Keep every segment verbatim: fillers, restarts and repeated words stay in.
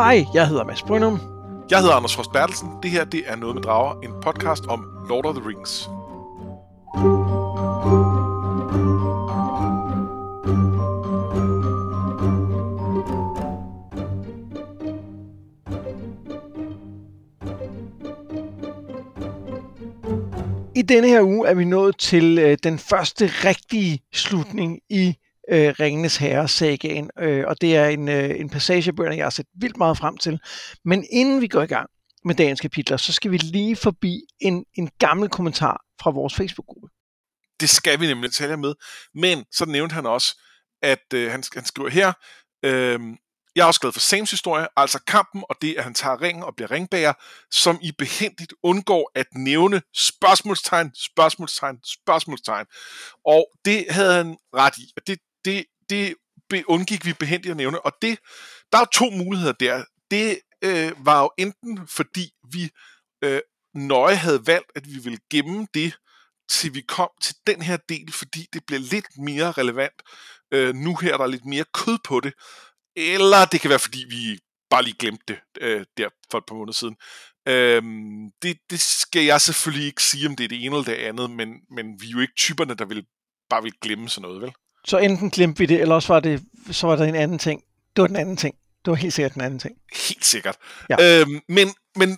Hej, jeg hedder Mads Brynum. Jeg hedder Anders Frost Bertelsen. Det her, det er Noget med Drager, en podcast om Lord of the Rings. I denne her uge er vi nået til øh, den første rigtige slutning i øh, Ringenes Herre-sagaen, øh, og det er en, øh, en passage af bøgerne, jeg har set vildt meget frem til. Men inden vi går i gang med dagens kapitler, så skal vi lige forbi en, en gammel kommentar fra vores Facebook-gruppe. Det skal vi nemlig tale med. Men så nævnte han også, at øh, han, han skriver her, øh, jeg er også glad for Sams historie, altså kampen og det, at han tager ringen og bliver ringbærer, som I behændigt undgår at nævne spørgsmålstegn, spørgsmålstegn, spørgsmålstegn. Og det havde han ret i. Det, det, det undgik vi behændigt at nævne. Og det, der er to muligheder der. Det øh, var jo enten, fordi vi øh, nøje havde valgt, at vi ville gemme det, til vi kom til den her del, fordi det bliver lidt mere relevant. Øh, nu her er der lidt mere kød på det. Eller det kan være, fordi vi bare lige glemte det øh, der for et par måneder siden. Øhm, det, det skal jeg selvfølgelig ikke sige, om det er det ene eller det andet, men, men vi er jo ikke typerne, der vil, bare vil glemme sådan noget, vel? Så enten glemte vi det, eller også var det, så var der en anden ting. Det var den anden ting. Det var helt sikkert den anden ting. Helt sikkert. Ja. Øhm, men, men,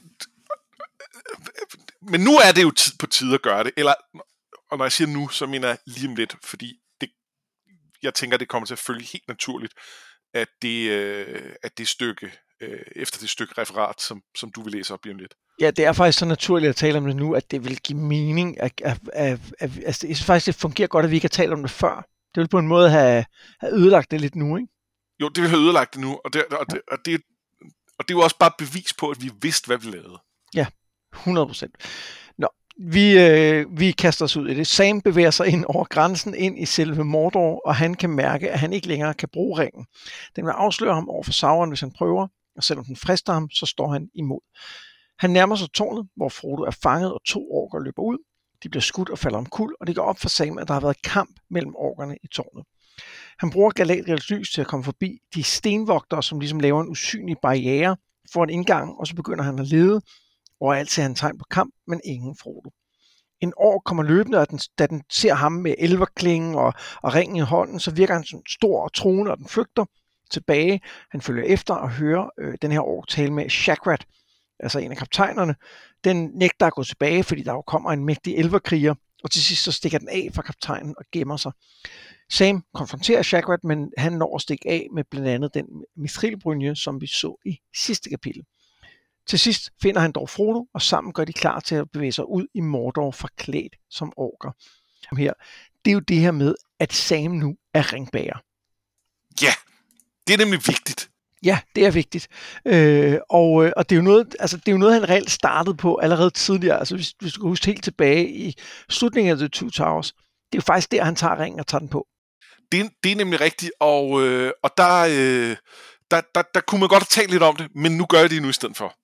men nu er det jo tid på tide at gøre det. Eller, og når jeg siger nu, så mener jeg lige om lidt, fordi det, jeg tænker, det kommer til at følge helt naturligt, at det, øh, at det stykke, øh, efter det stykke referat, som, som du vil læse op lige om lidt. Ja, det er faktisk så naturligt at tale om det nu, at det vil give mening. At, at, at, at, altså, jeg synes faktisk, det fungerer godt, at vi ikke har talt om det før. Det vil på en måde have, have ødelagt det lidt nu, ikke? Jo, det vil have ødelagt det nu, og det, og, det, og, det, og det er jo også bare bevis på, at vi vidste, hvad vi lavede. Ja, hundrede procent. Nå, vi, øh, vi kaster os ud i det. Sam bevæger sig ind over grænsen, ind i selve Mordor, og han kan mærke, at han ikke længere kan bruge ringen. Den vil afsløre ham over for Sauron, hvis han prøver, og selvom den frister ham, så står han imod. Han nærmer sig tårnet, hvor Frodo er fanget, og to orker løber ud. De bliver skudt og falder omkuld, og det går op for Sam, at der har været kamp mellem orkerne i tårnet. Han bruger Galadriels lys til at komme forbi de stenvogtere, som ligesom laver en usynlig barriere for en indgang, og så begynder han at lede. Overalt ser han tegn på kamp, men ingen Frodo. En ork kommer løbende, og den, da den ser ham med elverklingen og, og ringen i hånden, så virker han sådan stor og truende, og den flygter tilbage. Han følger efter og hører øh, den her ork tale med Shagrat, altså en af kaptajnerne. Den nægter at gå tilbage, fordi der jo kommer en mægtig elverkriger, og til sidst så stikker den af fra kaptajnen og gemmer sig. Sam konfronterer Shagrat, men han når at stikke af med blandt andet den mithrilbrynje, som vi så i sidste kapitel. Til sidst finder han dog Frodo, og sammen gør de klar til at bevæge sig ud i Mordor forklædt som orker. Her, det er jo det her med, at Sam nu er ringbærer. Ja, det er nemlig vigtigt. Ja, det er vigtigt. Øh, og, og det er jo noget, altså det er jo noget, han reelt startede på allerede tidligere. Altså hvis, hvis du kan huske helt tilbage i slutningen af The Two Towers, det er jo faktisk der, han tager ringen og tager den på. Det, det er nemlig rigtigt, og, øh, og der, øh, der, der, der kunne man godt have talt lidt om det, men nu gør jeg det nu i stedet for.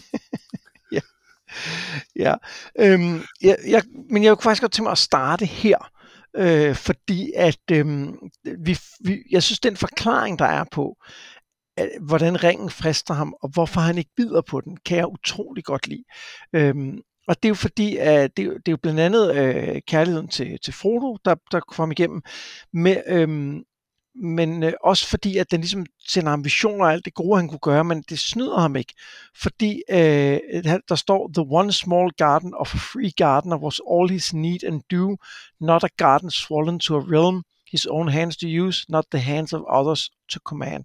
ja, ja. Øhm, jeg, jeg, men jeg kunne faktisk godt tænke mig at starte her, øh, fordi at øh, vi, vi, jeg synes, den forklaring, der er på, at, hvordan ringen frister ham, og hvorfor han ikke bider på den, kan jeg utrolig godt lide. Øhm, og det er jo fordi, at det, det er jo blandt andet øh, kærligheden til, til Frodo, der, der kom igennem, med, øhm, men øh, også fordi, at den ligesom sender ham visioner og alt det gode, han kunne gøre, men det snyder ham ikke. Fordi øh, der står, the one small garden of a free gardener was all his need and do, not a garden swollen to a realm, his own hands to use, not the hands of others to command.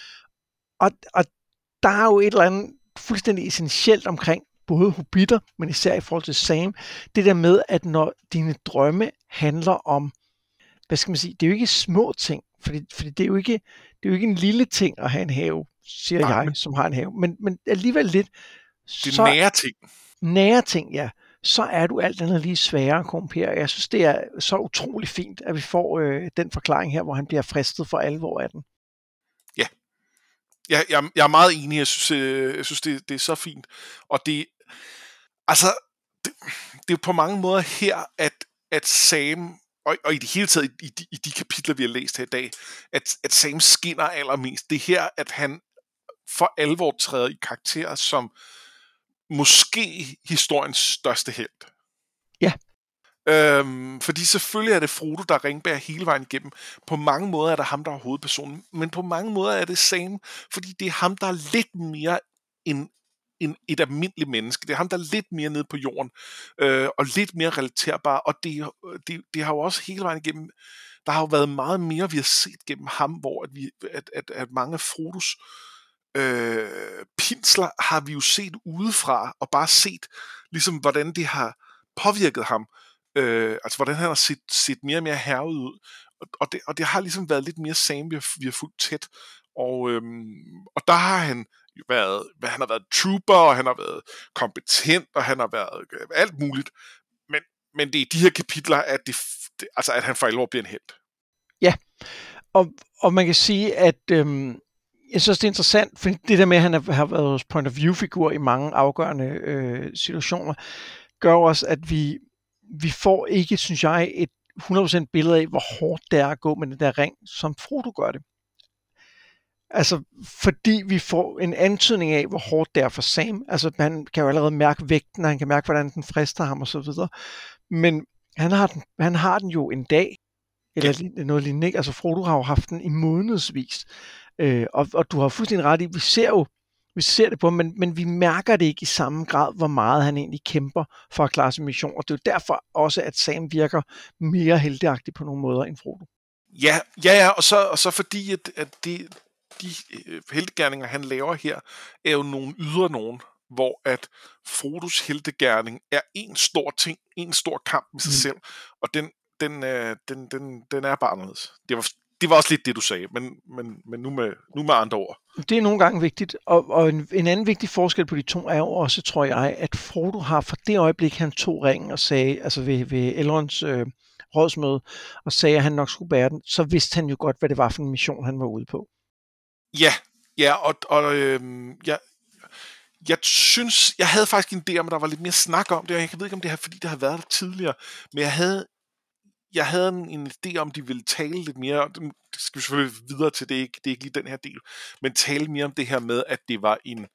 Og, og der er jo et eller andet fuldstændig essentielt omkring både hobitter, men især i forhold til Sam, det der med, at når dine drømme handler om, hvad skal man sige, det er jo ikke små ting, fordi, fordi det, er jo ikke, det er jo ikke en lille ting at have en have, siger Nej, jeg, men, som har en have, men, men alligevel lidt. Det er nære ting. Nære ting, ja. Så er du alt andet lige sværere at kompere. Jeg synes, det er så utrolig fint, at vi får øh, den forklaring her, hvor han bliver fristet for alvor af den. Ja. Jeg, jeg, jeg er meget enig. Jeg synes, øh, jeg synes det, det er så fint. Og det, altså, det, det er jo på mange måder her, at, at Sam, og, og i det hele taget i, i, de, i de kapitler, vi har læst her i dag, at, at Sam skinner allermest. Det er her, at han for alvor træder i karakter som måske historiens største helt. Ja. Øhm, fordi selvfølgelig er det Frodo, der ringbærer hele vejen igennem. På mange måder er det ham, der er hovedpersonen, men på mange måder er det Sam, fordi det er ham, der er lidt mere end, end et almindeligt menneske. Det er ham, der er lidt mere nede på jorden, øh, og lidt mere relaterbar, og det, det, det har jo også hele vejen igennem, der har jo været meget mere, vi har set gennem ham, hvor at, vi, at, at, at mange af Frodos øh, pinsler har vi jo set udefra, og bare set, ligesom hvordan det har påvirket ham. Øh, altså hvordan han har set, set mere og mere hervet ud, og, og, det, og det har ligesom været lidt mere Sam, vi har, vi har fulgt tæt, og, øhm, og der har han været, han har været trooper, og han har været kompetent, og han har været øh, alt muligt, men, men det er i de her kapitler, at, det, det, altså, at han for alvor bliver en helt. Ja, og, og man kan sige, at øhm, jeg synes, det er interessant, for det der med, at han har været vores point of view-figur i mange afgørende øh, situationer, gør også, at vi vi får ikke, synes jeg, et hundrede procent billede af, hvor hårdt det er at gå med den der ring, som Frodo gør det. Altså, fordi vi får en antydning af, hvor hårdt det er for Sam. Altså, han kan jo allerede mærke vægten, og han kan mærke, hvordan den frister ham og så videre. Men han har den, han har den jo en dag, eller ja. noget lignende, ikke? Altså, Frodo har jo haft den i månedsvis. Øh, og, og du har fuldstændig ret i, vi ser jo Vi ser det på ham, men, men vi mærker det ikke i samme grad, hvor meget han egentlig kæmper for at klare sin mission. Og det er jo derfor også, at Sam virker mere helteagtig på nogle måder end Frodo. Ja, ja, ja, og så, og så fordi, at, at de, de heltegerninger, han laver her, er jo nogle ydre nogen, hvor at Frodos heltegerning er en stor ting, en stor kamp med sig mm. selv, og den, den, den, den, den er bare anderledes. Det var Det var også lidt det, du sagde, men, men, men nu, med, nu med andre ord. Det er nogle gange vigtigt, og, og en, en anden vigtig forskel på de to er jo også, tror jeg, at Frodo har fra det øjeblik, han tog ringen og sagde, altså ved, ved Elrons øh, rådsmøde, og sagde, at han nok skulle bære den, så vidste han jo godt, hvad det var for en mission, han var ude på. Ja, ja, og, og øh, jeg, jeg synes, jeg havde faktisk en idé om, at der var lidt mere snak om det, og jeg ved ikke, om det er, fordi det har været der tidligere, men jeg havde Jeg havde en, en idé om, de ville tale lidt mere, og det skal vi selvfølgelig videre til, det er ikke, det er ikke lige den her del, men tale mere om det her med, at det var en,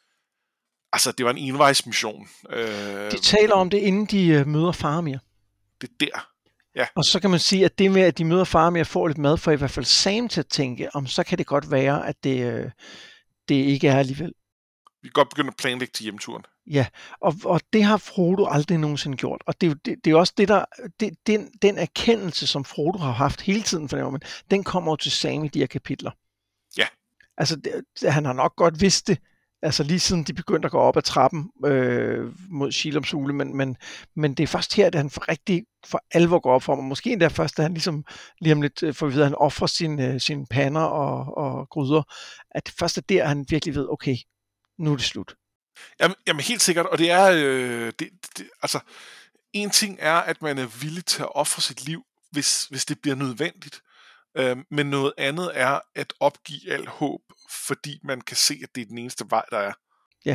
altså det var en envejsmission. Øh, de taler om det, inden de uh, møder Faramir. Det er der, ja. Og så kan man sige, at det med, at de møder Faramir, får lidt mad for i hvert fald Sam til at tænke, om så kan det godt være, at det, uh, det ikke er alligevel. Vi kan godt begynde at planlægge til hjemturen. Ja, og, og det har Frodo aldrig nogensinde gjort. Og det er jo det, det er også det, der, det, den, den erkendelse, som Frodo har haft hele tiden, for det, den kommer jo til Sam i de her kapitler. Ja. Altså, det, han har nok godt vidst det, altså lige siden de begyndte at gå op ad trappen øh, mod Sheloms hule, men, men, men det er først her, at han for rigtig for alvor går op for ham, og måske endda først, da han ligesom lige om lidt får videre, at han offrer sine, sine pander og, og gryder, at først er der, han virkelig ved, okay, nu er det slut. Jamen, jamen helt sikkert, og det er, øh, det, det, altså, en ting er, at man er villig til at ofre sit liv, hvis, hvis det bliver nødvendigt, øh, men noget andet er at opgive al håb, fordi man kan se, at det er den eneste vej, der er. Ja.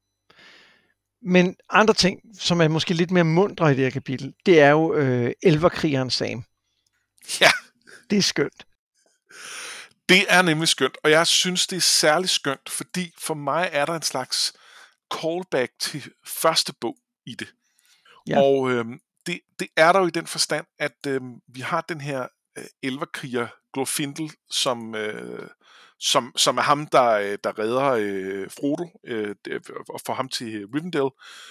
Men andre ting, som er måske lidt mere mundre i det her kapitel, det er jo øh, elverkrigeren Sam. Ja. Det er skønt. Det er nemlig skønt, og jeg synes, det er særligt skønt, fordi for mig er der en slags callback til første bog i det. Ja. Og øh, det, det er der jo i den forstand, at øh, vi har den her øh, elverkriger Glorfindel, som, øh, som, som er ham, der, der redder øh, Frodo øh, og får ham til Rivendell.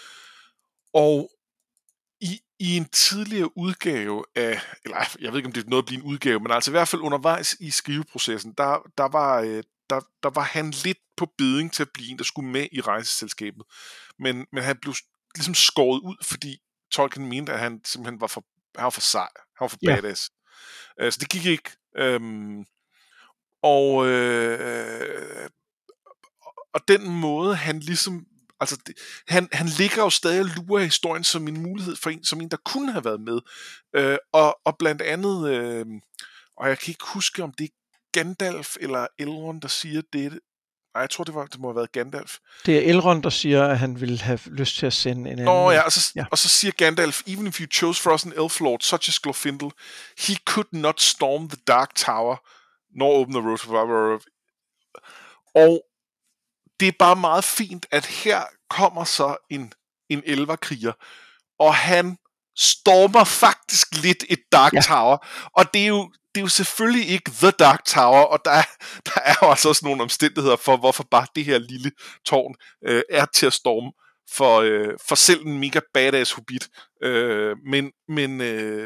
Og i, i en tidligere udgave af, eller jeg ved ikke, om det er noget at blive en udgave, men altså i hvert fald undervejs i skriveprocessen, der, der, var, øh, der, der var han lidt på beding til at blive en, der skulle med i rejseselskabet. Men, men han blev ligesom skåret ud, fordi Tolkien mente, at han simpelthen var for, han var for sej. Han var for yeah. badass. Uh, så det gik ikke. Um, og, øh, og den måde, han ligesom, altså det, han, han ligger jo stadig og lurer i historien som en mulighed for en, som en, der kunne have været med. Uh, og, og blandt andet, øh, og jeg kan ikke huske, om det er Gandalf eller Elrond, der siger det. Nej, jeg tror, det, var, det må have været Gandalf. Det er Elrond, der siger, at han vil have lyst til at sende en anden. Nå ja, og så, ja. og så siger Gandalf, even if you chose for us an elf lord such as Glorfindel, he could not storm the Dark Tower, nor open the road to Vavarov. Og det er bare meget fint, at her kommer så en, en elverkriger, og han stormer faktisk lidt et Dark Ja. Tower, og det er jo det er jo selvfølgelig ikke The Dark Tower, og der er, der er jo altså også nogle omstændigheder for, hvorfor bare det her lille tårn øh, er til at storme for, øh, for selv en mega badass hobbit. Øh, men, men, øh,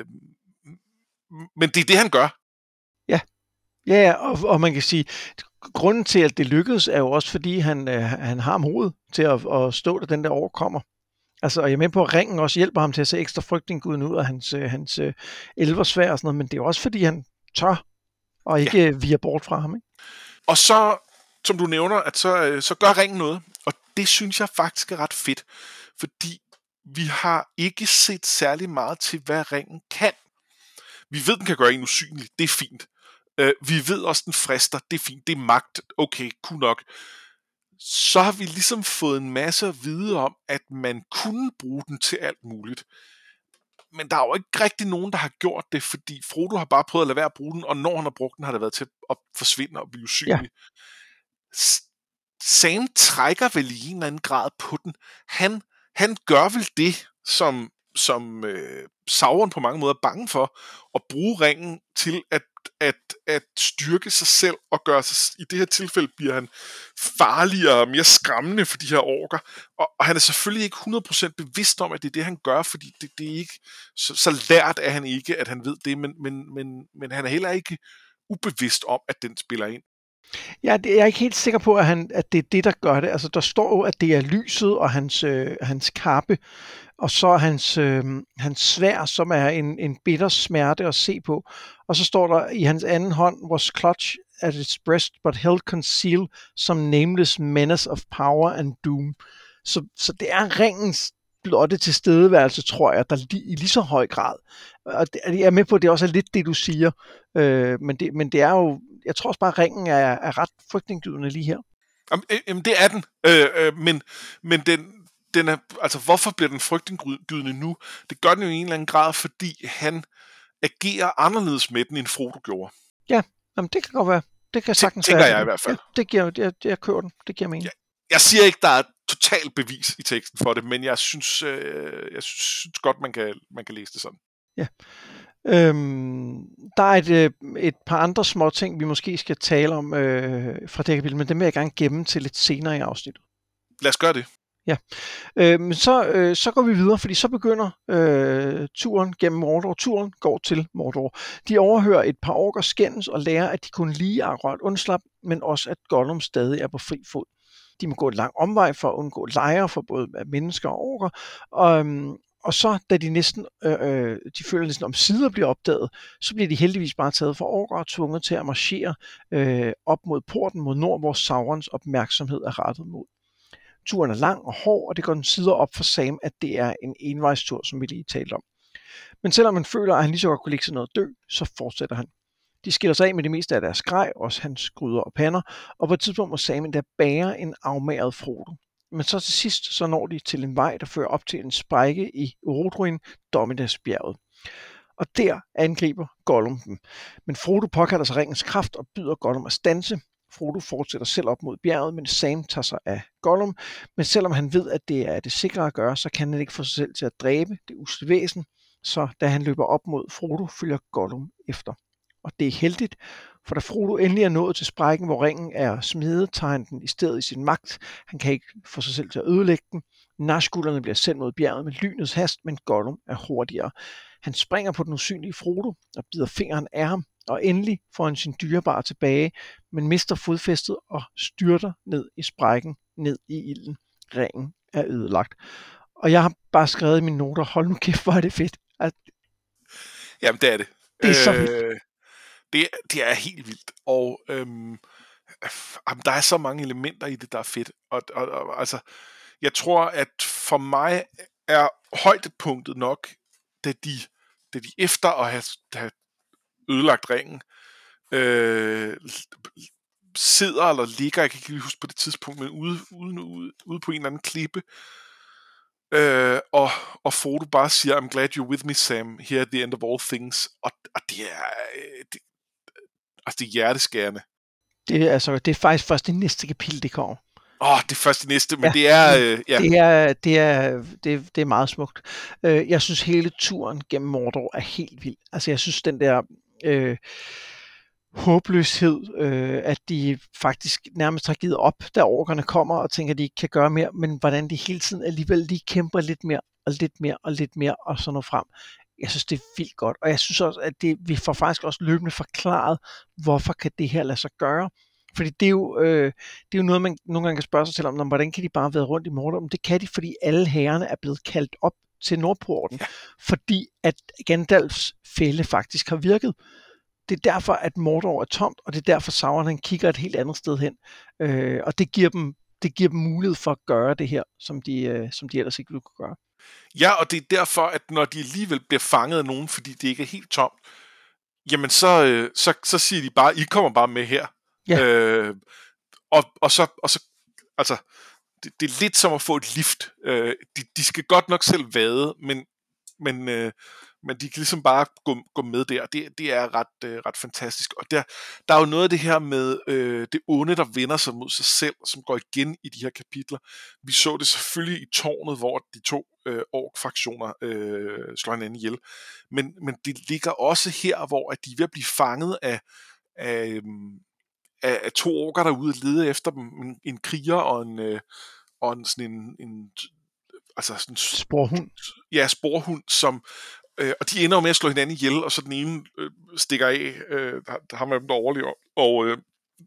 men det er det, han gør. Ja, ja og, og man kan sige, grunden til, at det lykkedes, er jo også, fordi han, øh, han har mod til at, at stå, da den der overkommer. Altså, og jeg er med på, at ringen også hjælper ham til at se ekstra frygtindguden ud af hans, øh, hans øh, elversværd og sådan noget, men det er jo også, fordi han tør, og ikke ja. viger bort fra ham. Ikke? Og så, som du nævner, at så, øh, så gør ringen noget, og det synes jeg faktisk er ret fedt, fordi vi har ikke set særlig meget til, hvad ringen kan. Vi ved, den kan gøre en usynlig, det er fint. Uh, vi ved også, den frister, det er fint, det er magt, okay, cool nok. Så har vi ligesom fået en masse at vide om, at man kunne bruge den til alt muligt. Men der er jo ikke rigtig nogen, der har gjort det, fordi Frodo har bare prøvet at lade være at bruge den, og når han har brugt den, har det været til at forsvinde og blive usynlig. Ja. Sam trækker vel i en eller anden grad på den. Han, han gør vel det, som, som øh, Sauron på mange måder er bange for, at bruge ringen til at, at, at styrke sig selv og gøre sig, i det her tilfælde bliver han farligere og mere skræmmende for de her orker, og, og han er selvfølgelig ikke hundrede procent bevidst om, at det er det, han gør, fordi det, det er ikke, så, så lært er han ikke, at han ved det, men, men, men, men han er heller ikke ubevidst om, at den spiller ind. Ja, det, jeg er ikke helt sikker på, at, han, at det er det, der gør det. Altså, der står jo, at det er lyset og hans, øh, hans kappe, og så hans, øh, hans svær, som er en, en bitter smerte at se på. Og så står der i hans anden hånd, was clutch at its breast, but held concealed some nameless menace of power and doom. Så, så det er ringens blotte tilstedeværelse, tror jeg, der li- i lige så høj grad. Og det, jeg er med på, at det også er lidt det, du siger. Øh, men, det, men det er jo, jeg tror også bare, at ringen er, er ret frygtindgydende lige her. Jamen, det er den. Øh, øh, men men den, den er, altså, hvorfor bliver den frygtindgydende nu? Det gør den jo i en eller anden grad, fordi han agerer anderledes med den, end Frodo gjorde. Ja, jamen, det kan godt være. Det kan sagtens tænker være. jeg i hvert fald. Ja, det giver, jeg, jeg kører den. Det giver mening. Ja. Jeg siger ikke, der er totalt bevis i teksten for det, men jeg synes, øh, jeg synes godt, man kan, man kan læse det sådan. Ja. Øhm, der er et, et par andre små ting, vi måske skal tale om øh, fra det kapitel, men dem vil jeg gerne gemme til lidt senere i afsnittet. Lad os gøre det. Ja, øh, men så, øh, så går vi videre, fordi så begynder øh, turen gennem Mordor. Turen går til Mordor. De overhører et par orker skændes og lærer, at de kun lige akkurat undslap, men også at Gollum stadig er på fri fod. De må gå en lang omvej for at undgå lejre for både mennesker og orker, og, øhm, og så, da de næsten øh, de føler næsten om sider bliver opdaget, så bliver de heldigvis bare taget for orker og tvunget til at marchere øh, op mod porten mod nord, hvor Saurons opmærksomhed er rettet mod. Turen er lang og hård, og det går den sider op for Sam, at det er en envejstur, som vi lige talte om. Men selvom man føler, at han lige så godt kunne lægge sig ned og dø, så fortsætter han. De skiller sig af med det meste af deres grej, også hans gryder og pander, og på et tidspunkt må Sam endda bære en afmagret Frodo. Men så til sidst, så når de til en vej, der fører op til en sprække i Orodruin, Dommedagsbjerget. Og der angriber Gollum dem. Men Frodo påkalder sig ringens kraft og byder Gollum at standse. Frodo fortsætter selv op mod bjerget, men Sam tager sig af Gollum. Men selvom han ved, at det er det sikre at gøre, så kan han ikke få sig selv til at dræbe det usle væsen. Så da han løber op mod Frodo, følger Gollum efter. Og det er heldigt, for da Frodo endelig er nået til sprækken, hvor ringen er smedet, tager han den i stedet i sin magt. Han kan ikke få sig selv til at ødelægge den. Narskulderne bliver sendt mod bjerget med lynets hast, men Gollum er hurtigere. Han springer på den usynlige Frodo og bider fingeren af ham, og endelig får han sin dyrebare tilbage, men mister fodfæstet og styrter ned i sprækken, ned i ilden. Ringen er ødelagt. Og jeg har bare skrevet i mine noter, hold nu kæft, hvor er det fedt. At... Jamen, det er det. Det er så vildt. Øh, det, det er helt vildt, og øhm, øh, der er så mange elementer i det, der er fedt. Og, og, og altså, jeg tror, at for mig er højdepunktet nok, da de, da de efter at have, have ødelagt ringen, øh, sidder eller ligger, jeg kan ikke lige huske på det tidspunkt, men ude, ude, ude, ude på en eller anden klippe, øh, og, og Frodo bare siger, I'm glad you're with me, Sam, here at the end of all things, og, og det er det, altså det er hjerteskærende. Det er, altså, det er faktisk først det næste kapitel, det kommer. Åh, oh, det er først det næste, men Ja, det er... men Øh, ja. det er, det er, det, det er meget smukt. Øh, jeg synes, hele turen gennem Mordor er helt vild. Altså, jeg synes, den der øh, håbløshed, øh, at de faktisk nærmest har givet op, da orkerne kommer og tænker, at de ikke kan gøre mere, men hvordan de hele tiden alligevel lige kæmper lidt mere, og lidt mere, og lidt mere, og så når frem. Jeg synes, det er vildt godt, og jeg synes også, at det, vi får faktisk også løbende forklaret, hvorfor kan det her lade sig gøre. Fordi det er jo, øh, det er jo noget, man nogle gange kan spørge sig til om, hvordan kan de bare være rundt i Mordor? Men det kan de, fordi alle herrerne er blevet kaldt op til Nordporten, Ja. fordi at Gandalfs fælde faktisk har virket. Det er derfor, at Mordor er tomt, og det er derfor, Sauron han kigger et helt andet sted hen. Øh, og det giver, dem, det giver dem mulighed for at gøre det her, som de, øh, som de ellers ikke ville kunne gøre. Ja, og det er derfor, at når de alligevel bliver fanget af nogen, fordi det ikke er helt tomt, jamen så, øh, så, så siger de bare, I kommer bare med her. Ja. Øh, og, og, så, og så, altså, det, det er lidt som at få et lift. Øh, de, de skal godt nok selv vade, men, men, øh, men de kan ligesom bare gå, gå med der. Det, det er ret, øh, ret fantastisk. Og der, der er jo noget af det her med øh, det onde, der vender sig mod sig selv, som går igen i de her kapitler. Vi så det selvfølgelig i tårnet, hvor de to øh, ork-fraktioner øh, slår hinanden ihjel. Men, men det ligger også her, hvor at de er ved at blive fanget af, af, af, af to orker derude og lede efter dem. En, en kriger og en, øh, og en, sådan en, en altså sådan sporhund. Ja, sporhund, som øh, og de ender jo med at slå hinanden ihjel, og så den ene øh, stikker af, øh, der har med dem, der overlever. Og, øh,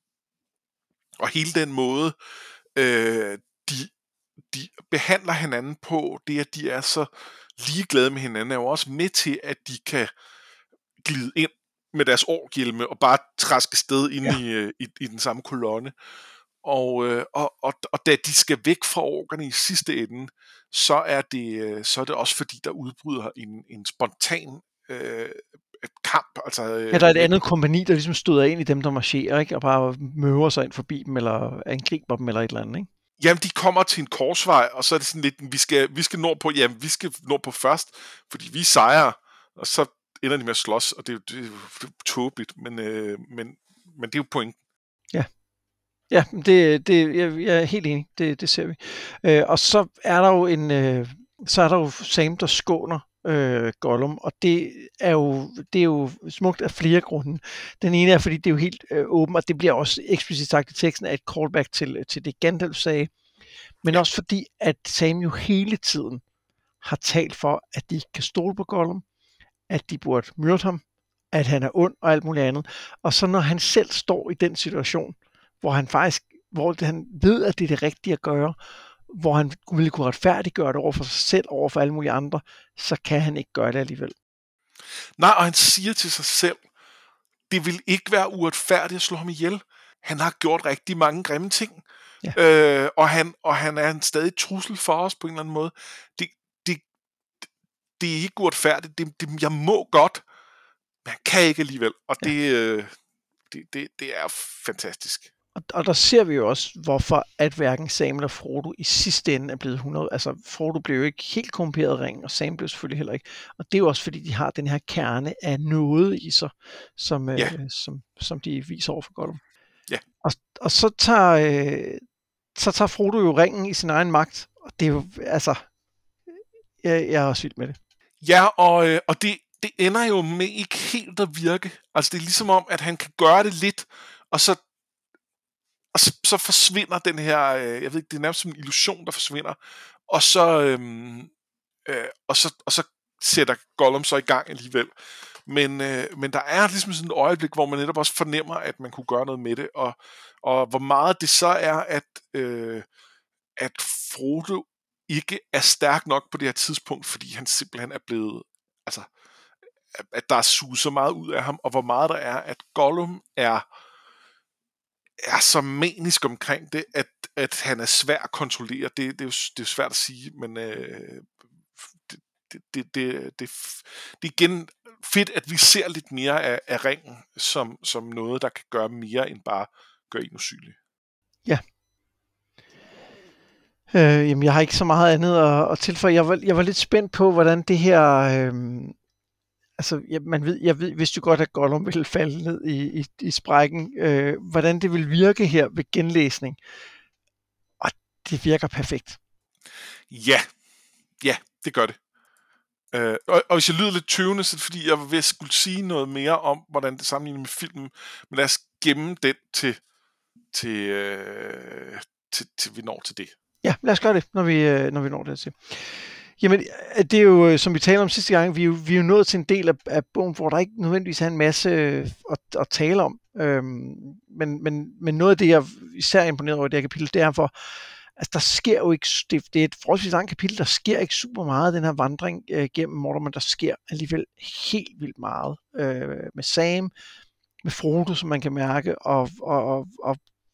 og hele den måde, øh, de, de behandler hinanden på, det at de er så ligeglade med hinanden, er jo også med til, at de kan glide ind med deres orkhjelme og bare træske sted ind ja. i, i, i den samme kolonne. Og, øh, og, og, og da de skal væk fra orkerne i sidste ende, så er det, så er det også fordi, der udbryder en, en spontan øh, kamp. Altså, ja, der er et øh, andet kompagni, der ligesom støder ind i dem, der marcherer, ikke? Og bare møver sig ind forbi dem, eller angriber dem, eller et eller andet, ikke? Jamen, de kommer til en korsvej, og så er det sådan lidt, vi skal, vi skal nå på, jamen, vi skal nå på først, fordi vi sejrer, og så ender de med at slås, og det er jo, det er jo tåbeligt, men, øh, men, men det er jo pointen. Ja. Ja, det, det, jeg, jeg er helt enig. Det, det ser vi. Øh, og så er der jo en, øh, så er der jo Sam, der skåner øh, Gollum, og det er jo det er jo smukt af flere grunde. Den ene er, fordi det er jo helt øh, åbent, og det bliver også eksplicit sagt i teksten af et callback til til det Gandalf sagde, men også fordi at Sam jo hele tiden har talt for, at de ikke kan stole på Gollum, at de burde myrde ham, at han er ond og alt muligt andet. Og så når han selv står i den situation, hvor han faktisk, hvor han ved, at det er det rigtige at gøre, hvor han ville kunne retfærdiggøre det over for sig selv, over for alle mulige andre, så kan han ikke gøre det alligevel. Nej, og han siger til sig selv, det vil ikke være uretfærdigt at slå ham ihjel. Han har gjort rigtig mange grimme ting, ja. øh, og, han, og han er en stadig trussel for os på en eller anden måde. Det, det, det er ikke uretfærdigt. Det, det, jeg må godt, men han kan ikke alligevel, og ja. det, øh, det, det, det er fantastisk. Og, og der ser vi jo også, hvorfor at hverken Sam eller Frodo i sidste ende er blevet hundrede. Altså, Frodo blev jo ikke helt korrumperet af ringen, og Sam blev selvfølgelig heller ikke. Og det er jo også, fordi de har den her kerne af noget i sig, som, ja. øh, som, som de viser over for Gollum. Ja. Og, og så, tager, øh, så tager Frodo jo ringen i sin egen magt, og det er jo, altså, jeg, jeg er også vild med det. Ja, og, øh, og det, det ender jo med ikke helt at virke. Altså, det er ligesom om, at han kan gøre det lidt, og så Og så, så forsvinder den her, øh, jeg ved ikke, det er nærmest som en illusion, der forsvinder. Og så, øhm, øh, og så, og så sætter Gollum så i gang alligevel. Men, øh, men der er ligesom sådan et øjeblik, hvor man netop også fornemmer, at man kunne gøre noget med det. Og, og hvor meget det så er, at, øh, at Frodo ikke er stærk nok på det her tidspunkt, fordi han simpelthen er blevet, altså, at der er suget så meget ud af ham, og hvor meget der er, at Gollum er er så manisk omkring det, at, at han er svær at kontrollere. Det, det, er, jo, det er jo svært at sige, men øh, det, det, det, det, det, det er igen fedt, at vi ser lidt mere af, af ringen som, som noget, der kan gøre mere end bare gøre en usynlig. Ja. Øh, jamen, jeg har ikke så meget andet at, at tilføje. Jeg var, jeg var lidt spændt på, hvordan det her... Øh, altså, jeg, man ved, jeg ved, vidste jo godt, at Gollum ville falde ned i, i, i sprækken. Øh, hvordan det vil virke her ved genlæsning. Og det virker perfekt. Ja, ja, det gør det. Øh, og, og hvis jeg lyder lidt tøvende, så er det fordi, jeg var ved at skulle sige noget mere om, hvordan det sammenligner med filmen, men lad os gemme den til, til, øh, til, til vi når til det. Ja, lad os gøre det, når vi, øh, når vi når det til. Jamen, det er jo, som vi talte om sidste gang, vi er jo, vi er jo nået til en del af, af bogen, hvor der ikke nødvendigvis er en masse at, at tale om. Øhm, men, men, men noget af det, jeg især er imponeret over i det her kapitel, det er, hvor altså, der sker jo ikke, det, det er et forholdsvis langt kapitel, der sker ikke super meget den her vandring øh, gennem Mordor, men der sker alligevel helt vildt meget øh, med Sam, med Frodo, som man kan mærke, og, og, og, og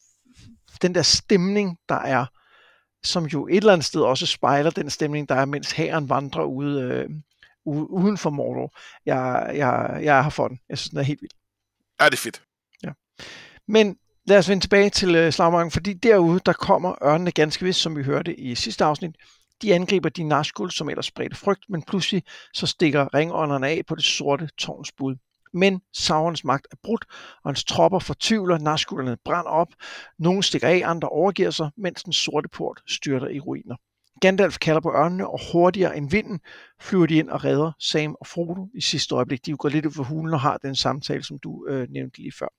den der stemning, der er, som jo et eller andet sted også spejler den stemning, der er, mens hæren vandrer ude, øh, uden for Mordor. Jeg, jeg, jeg er her for den. Jeg synes, den er helt vild. Ja, det er fedt. Ja. Men lad os vende tilbage til øh, slagmarken, fordi derude, der kommer ørnene ganske vist, som vi hørte i sidste afsnit. De angriber de Nazgul, som ellers spredte frygt, men pludselig så stikker ringånderne af på det sorte tårns bud. Men Saurons magt er brudt, og hans tropper fortvivler, Nazgulerne brænder op, nogle stikker af, andre overgiver sig, mens den sorte port styrter i ruiner. Gandalf kalder på ørnene, og hurtigere end vinden flyver de ind og redder Sam og Frodo i sidste øjeblik. De går lidt ud for hulen og har den samtale, som du øh, nævnte lige før.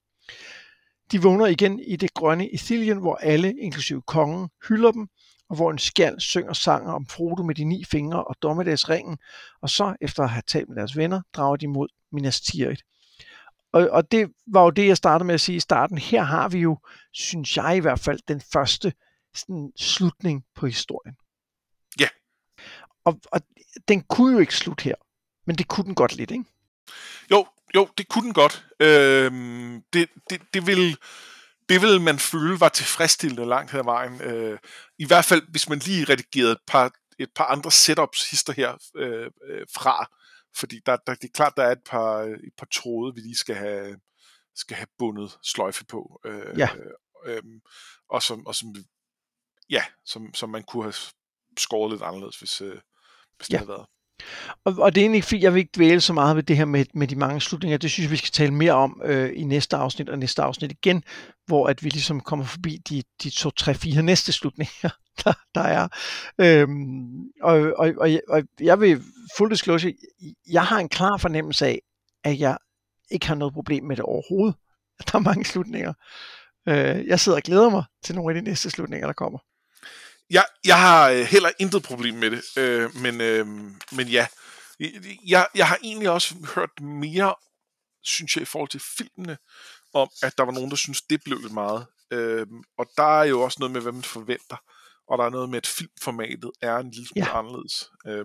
De vågner igen i det grønne Ithilien, hvor alle, inklusive kongen, hylder dem, og hvor en skjald synger sanger om Frodo med de ni fingre og dommedagsringen, og så, efter at have talt med deres venner, drager de mod Minas Tirith. Og, og det var jo det, jeg startede med at sige i starten. Her har vi jo, synes jeg i hvert fald, den første sådan, slutning på historien. Ja. Yeah. Og, og den kunne jo ikke slutte her, men det kunne den godt lidt, ikke? Jo, jo, det kunne den godt. Øhm, det, det, det vil... Det vil man føle var tilfredsstillende langt hen ad vejen. Øh, I hvert fald, hvis man lige redigerede et par, et par andre setups hister her øh, øh, fra. Fordi der, der, det er klart, der er et par, et par tråde, vi lige skal have, skal have bundet sløjfe på. Øh, ja. Øh, og som, og som, ja, som, som man kunne have skåret lidt anderledes, hvis, øh, hvis det ja. havde været. Og, og det er egentlig fint, jeg vil ikke dvæle så meget ved det her med, med de mange slutninger. Det synes jeg, vi skal tale mere om øh, i næste afsnit og næste afsnit igen, hvor at vi ligesom kommer forbi de, de to, tre, fire næste slutninger, der, der er. Øhm, og, og, og, og jeg vil full disclosure, jeg har en klar fornemmelse af, at jeg ikke har noget problem med det overhovedet. Der er mange slutninger. Øh, jeg sidder og glæder mig til nogle af de næste slutninger, der kommer. Jeg, jeg har heller intet problem med det, øh, men, øh, men ja, jeg, jeg har egentlig også hørt mere, synes jeg, i forhold til filmene, om at der var nogen, der synes det blev lidt meget. Øh, og der er jo også noget med, hvad man forventer, og der er noget med, at filmformatet er en lille smule ja. anderledes. Øh,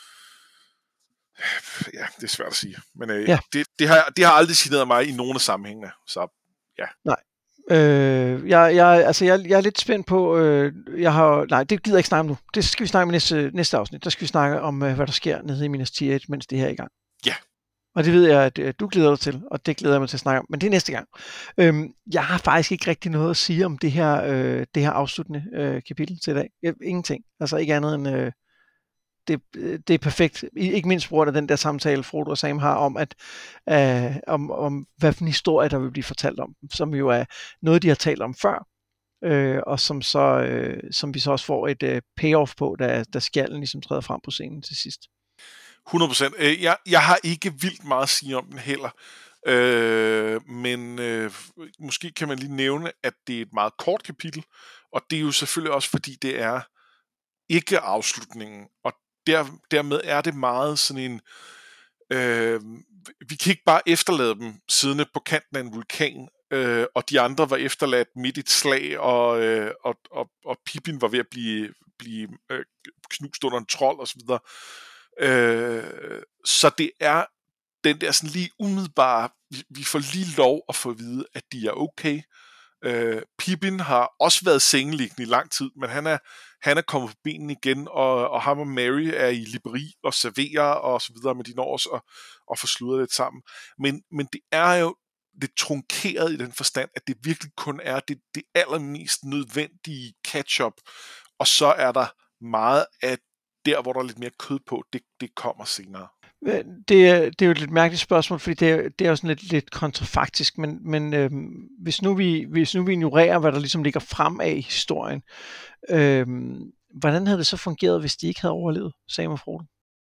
ja, det er svært at sige, men øh, ja. det, det, har, det har aldrig signeret mig i nogen af sammenhængene, så ja. Nej. Øh, jeg, jeg, altså jeg, jeg er lidt spændt på, øh, jeg har, nej, det gider jeg ikke snakke om nu. Det skal vi snakke om næste, næste afsnit. Der skal vi snakke om, øh, hvad der sker nede i Minas Tirith, mens det her er i gang. Ja. Og det ved jeg, at øh, du glæder dig til, og det glæder jeg mig til at snakke om, men det er næste gang. Øh, jeg har faktisk ikke rigtig noget at sige om det her, øh, det her afsluttende øh, kapitel til i dag. Jeg, ingenting. Altså ikke andet end, øh, det, det er perfekt. Ikke mindst bruger af den der samtale, Frodo og Sam har om, at, øh, om, om hvad for en historie, der vil blive fortalt om, som jo er noget, de har talt om før, øh, og som, så, øh, som vi så også får et øh, payoff på, da, da skjalden ligesom træder frem på scenen til sidst. hundrede procent. Jeg, jeg har ikke vildt meget at sige om den heller, øh, men øh, måske kan man lige nævne, at det er et meget kort kapitel, og det er jo selvfølgelig også, fordi det er ikke afslutningen, og Der, dermed er det meget sådan en øh, vi kan ikke bare efterlade dem siddende på kanten af en vulkan, øh, og de andre var efterladt midt i et slag, og, øh, og, og, og Pippin var ved at blive, blive øh, knust under en trold og så videre. Øh, så det er den der sådan lige umiddelbare, vi, vi får lige lov at få at vide, at de er okay. Øh, Pippin har også været sengeliggende i lang tid, men han er, han er kommet på benene igen, og, og ham og Mary er i liberi og serverer og så videre, men de når også at, at få sludret lidt sammen. Men, men det er jo lidt trunkeret i den forstand, at det virkelig kun er det, det allermest nødvendige catch-up, og så er der meget af der, hvor der er lidt mere kød på, det, det kommer senere. Øh, Det er, det er jo et lidt mærkeligt spørgsmål, fordi det er, det er jo sådan lidt, lidt kontrafaktisk, men, men øhm, hvis, nu vi, hvis nu vi ignorerer, hvad der ligesom ligger frem af i historien, øhm, hvordan havde det så fungeret, hvis de ikke havde overlevet, Sam og Frodo?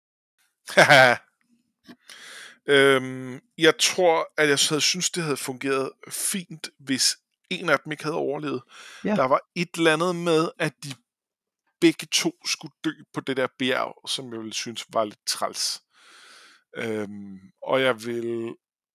øhm, jeg tror, at jeg havde synes, det havde fungeret fint, hvis en af dem ikke havde overlevet. Ja, Der var et eller andet med, at de begge to skulle dø på det der bjerg, som jeg ville synes var lidt træls. Øhm, og jeg vil...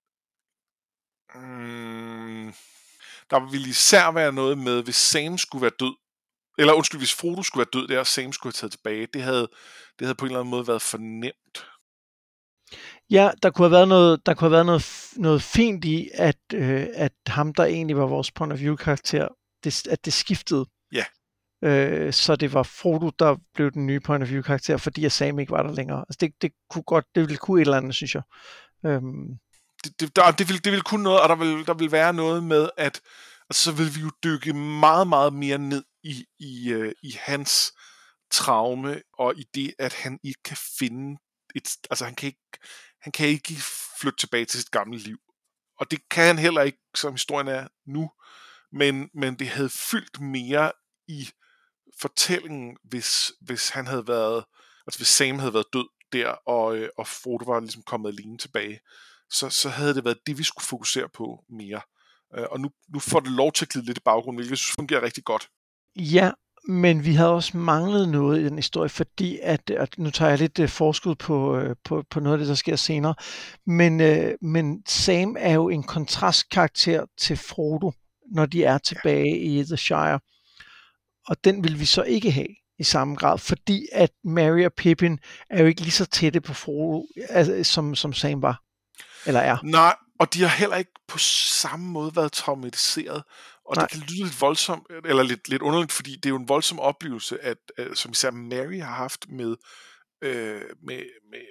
Mm, der ville især være noget med, hvis Sam skulle være død, eller undskyld, hvis Frodo skulle være død der, og Sam skulle have taget tilbage. Det havde, det havde på en eller anden måde været for nemt. ja, der kunne have været noget, der kunne have været noget, f- noget fint i, at, øh, at ham, der egentlig var vores point of view karakter, det, at det skiftede. Ja. Øh, så det var Frodo, der blev den nye point of view karakter, fordi at Sam ikke var der længere. Altså det, det kunne godt, det ville kunne et eller andet, synes jeg. Øhm, Det, det, der, det, ville, det ville kunne noget, og der ville, der ville være noget med, at altså, så vil vi jo dykke meget, meget mere ned i, i, uh, i hans traume, og i det, at han ikke kan finde et, altså han kan ikke, han kan ikke flytte tilbage til sit gamle liv. Og det kan han heller ikke, som historien er nu, men, men det havde fyldt mere i fortællingen, hvis, hvis han havde været, altså hvis Sam havde været død der, og, øh, og Frodo var ligesom kommet alene tilbage, så, så havde det været det, vi skulle fokusere på mere. Øh, og nu, nu får det lov til at glide lidt i baggrunden, hvilket jeg synes fungerer rigtig godt. ja, men vi havde også manglet noget i den historie, fordi at, at nu tager jeg lidt uh, forskud på, uh, på, på noget af det, der sker senere, men, uh, men Sam er jo en kontrastkarakter til Frodo, når de er tilbage i The Shire. Og den vil vi så ikke have i samme grad, fordi at Merry og Pippin er jo ikke lige så tætte på Frodo, altså, som, som Sam var, eller er. Nej, og de har heller ikke på samme måde været traumatiseret. Og Nej. det kan lyde lidt voldsomt, eller lidt, lidt underligt, fordi det er jo en voldsom oplevelse, at, at som især Merry har haft med, øh, med, med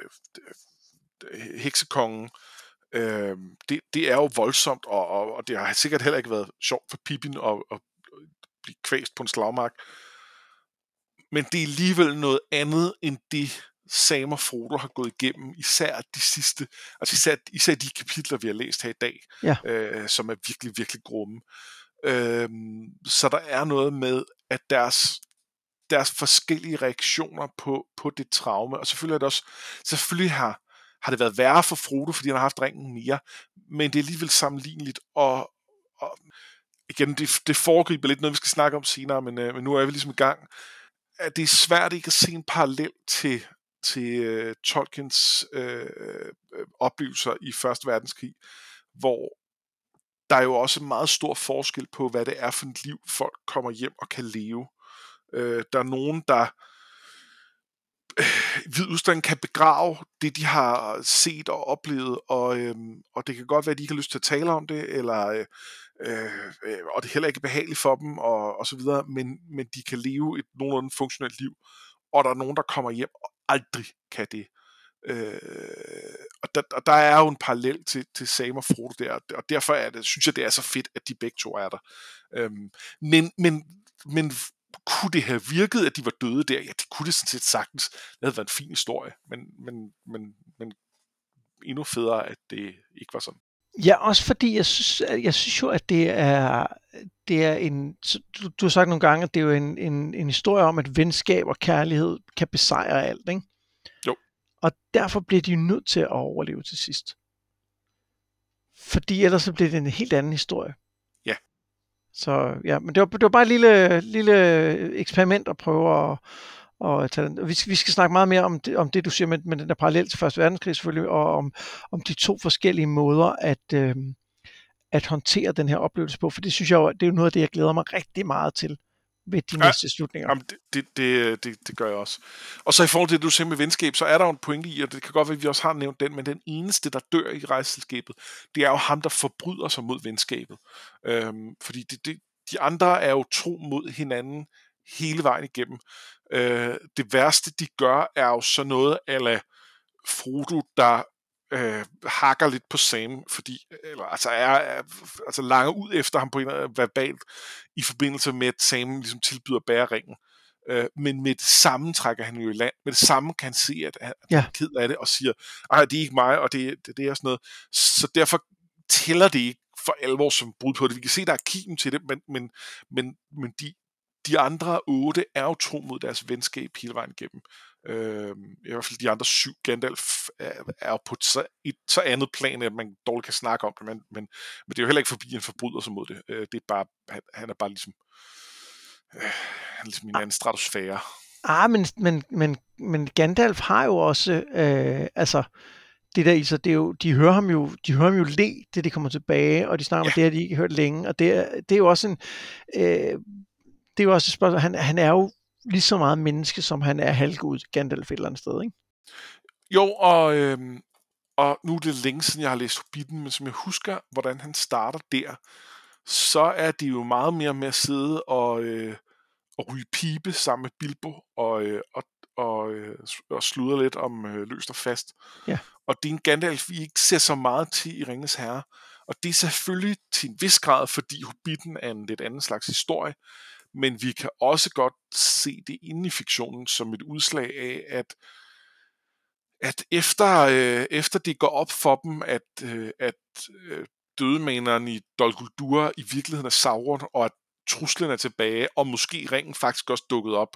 øh, heksekongen. Øh, det, det er jo voldsomt, og, og, og det har sikkert heller ikke været sjovt for Pippin at, at blive kvæst på en slagmark. Men det er alligevel noget andet end det, Sam og Frodo har gået igennem, især de sidste, altså især, især de kapitler, vi har læst her i dag, Ja. øh, som er virkelig, virkelig grumme. Øh, så der er noget med, at deres, deres forskellige reaktioner på, på det traume, og selvfølgelig er det også, selvfølgelig har, har det været værre for Frodo, fordi han har haft ringen mere, men det er alligevel sammenligneligt, og, og igen, det, det foregriber lidt noget, vi skal snakke om senere, men, øh, men nu er vi ligesom i gang, at det er svært ikke at se en parallel til, til uh, Tolkiens uh, oplevelser i første verdenskrig, hvor der er jo også meget stor forskel på, hvad det er for et liv, folk kommer hjem og kan leve. Uh, der er nogen, der i vid udstrækning kan begrave det, de har set og oplevet, og, øhm, og det kan godt være, at de ikke har lyst til at tale om det, eller, øh, øh, og det er heller ikke behageligt for dem, og, og så videre, men, men de kan leve et nogenlunde funktionelt liv, og der er nogen, der kommer hjem og aldrig kan det. Øh, og, der, og der er jo en parallel til, til Sam og Frodo der, og derfor er det, synes jeg, det er så fedt, at de begge to er der. Øhm, men, men, men kunne det have virket, at de var døde der? Ja, det kunne det sådan set sagtens. Det havde været en fin historie, men, men, men, men endnu federe, at det ikke var sådan. Ja, også fordi jeg synes, jeg synes jo, at det er, det er en, du, du har sagt nogle gange, at det er jo en, en, en historie om, at venskab og kærlighed kan besejre alt, ikke? Jo. Og derfor bliver de jo nødt til at overleve til sidst. Fordi ellers så bliver det en helt anden historie. Ja. Så ja, men det var, det var bare et lille, lille eksperiment at prøve at, at tage den. Vi skal, vi skal snakke meget mere om det, om det du siger med, med den der parallel til første verdenskrig selvfølgelig, og om, om de to forskellige måder at, øh, at håndtere den her oplevelse på, for det synes jeg jo, det er jo noget af det, jeg glæder mig rigtig meget til ved de ja, næste slutninger. Jamen, det, det, det, det, det gør jeg også. Og så i forhold til det, du siger med venskab, så er der jo en pointe i, og det kan godt være, at vi også har nævnt den, men den eneste, der dør i rejseselskabet, det er jo ham, der forbryder sig mod venskabet. Øhm, fordi det, det, de andre er jo tro mod hinanden hele vejen igennem. Øh, det værste, de gør, er jo så noget ala Frodo, der øh, hakker lidt på Sam, fordi, eller altså er, er altså langer ud efter ham på en verbalt i forbindelse med, at Sam ligesom tilbyder bæreringen. øh, men med det samme trækker han jo i land. Med det samme kan han se, at han Ja. er ked af det, og siger, ej, det er ikke mig, og det, det, det er sådan noget. Så derfor tæller det ikke for alvor som brud på det. Vi kan se, der er kim til det, men, men, men, men de, de andre otte er jo tro mod deres venskab hele vejen igennem. Øh, I hvert fald de andre syv. Gandalf er, er jo på et så, et så andet plan, at man dårligt kan snakke om det, men, men, men det er jo heller ikke forbi en forbryder mod det. Øh, det er bare, han, han er bare ligesom, øh, han er ligesom i en anden stratosfære. Ah, men, men, men, men Gandalf har jo også, øh, altså, det der i sig, det er jo, de hører ham jo, de hører ham jo le, det de kommer tilbage, og de snakker om, Ja. at det har de ikke hørt længe, og det er, det er jo også en, øh, det er jo også et spørgsmål, han, han er jo lige så meget menneske, som han er halvgud, Gandalf et eller andet sted, ikke? Jo, og, øh, og nu er det længe siden, jeg har læst Hobbiten, men som jeg husker, hvordan han starter der, så er de jo meget mere med at sidde og, øh, og ryge pibe sammen med Bilbo, og, øh, og, og, øh, og sludre lidt om øh, løst og fast. Ja. Og det er en Gandalf, vi ikke ser så meget til i Ringenes Herre. Og det er selvfølgelig til en vis grad, fordi Hobbiten er en lidt anden slags historie, men vi kan også godt se det inde i fiktionen som et udslag af, at at efter, øh, efter det går op for dem, at, øh, at øh, dødemaneren i Dol Guldur i virkeligheden er Sauron, og at truslen er tilbage, og måske ringen faktisk også dukket op,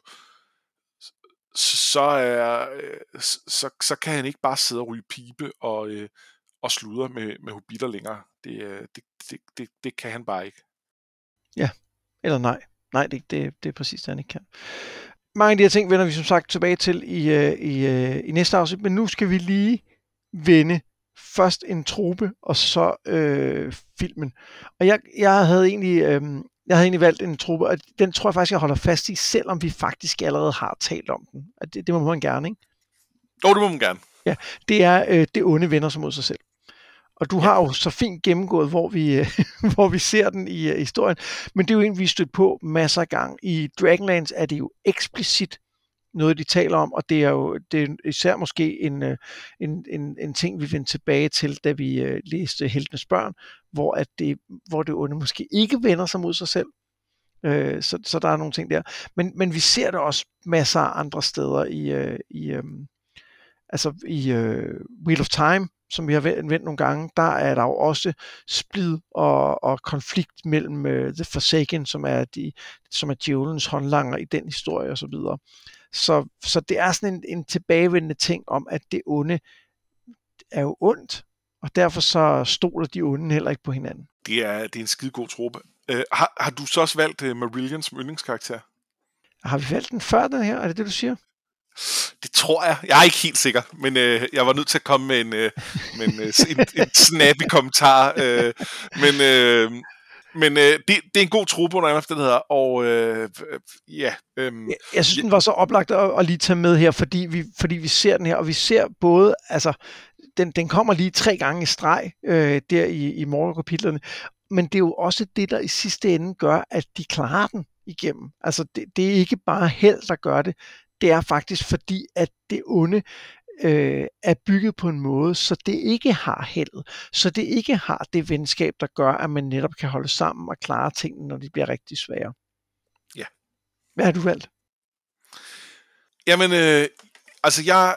så, er, øh, så, så kan han ikke bare sidde og ryge pibe og, øh, og sludre med, med hobitter længere. Det, øh, det, det, det, det kan han bare ikke. Ja, eller nej. Nej, det, det, det er præcis det, han ikke kan. Mange af de her ting vender vi som sagt tilbage til i, øh, i, øh, i næste afsnit, men nu skal vi lige vende først en trope, og så øh, filmen. Og jeg, jeg, havde egentlig, øh, jeg havde egentlig valgt en trope, og den tror jeg faktisk, jeg holder fast i, selvom vi faktisk allerede har talt om den. Og det, det må man gerne, ikke? Jo, det må man gerne. Ja, det er øh, det onde vender sig mod sig selv. Og du har jo så fint gennemgået, hvor vi, øh, hvor vi ser den i øh, historien. Men det er jo en, vi stødt på masser af gang. I Dragonlance er det jo eksplicit noget, de taler om, og det er jo det er især måske en, øh, en, en, en ting, vi vendte tilbage til, da vi øh, læste Heltenes Børn, hvor, at det, hvor det onde måske ikke vender sig mod sig selv. Øh, så, så der er nogle ting der. Men, men vi ser det også masser af andre steder i, øh, i øh, altså i øh, Wheel of Time, som vi har vendt nogle gange, der er der jo også splid og, og konflikt mellem uh, The Forsaken, som er, de, som er djævelens håndlanger i den historie og så videre. Så, så det er sådan en, en tilbagevendende ting om, at det onde er jo ondt, og derfor så stoler de onde heller ikke på hinanden. Det er, det er en skide god trope. Uh, har, har du så også valgt uh, Marillion som yndlingskarakter? Har vi valgt den før den her? Er det det, du siger? Det tror jeg. Jeg er ikke helt sikker, men øh, jeg var nødt til at komme med en, øh, med en, øh, en, en snappy kommentar. Øh, men øh, men øh, det, det er en god trope under den hedder, og øh, ja. Øh, jeg, jeg synes, den var så oplagt at, at lige tage med her, fordi vi, fordi vi ser den her, og vi ser både, altså, den, den kommer lige tre gange i streg, øh, der i, i morgenkapitlerne, men det er jo også det, der i sidste ende gør, at de klarer den igennem. Altså, det, det er ikke bare held, der gør det. Det er faktisk fordi, at det onde øh, er bygget på en måde, så det ikke har held. Så det ikke har det venskab, der gør, at man netop kan holde sammen og klare tingene, når de bliver rigtig svære. Ja. Hvad har du valgt? Jamen, øh, altså jeg...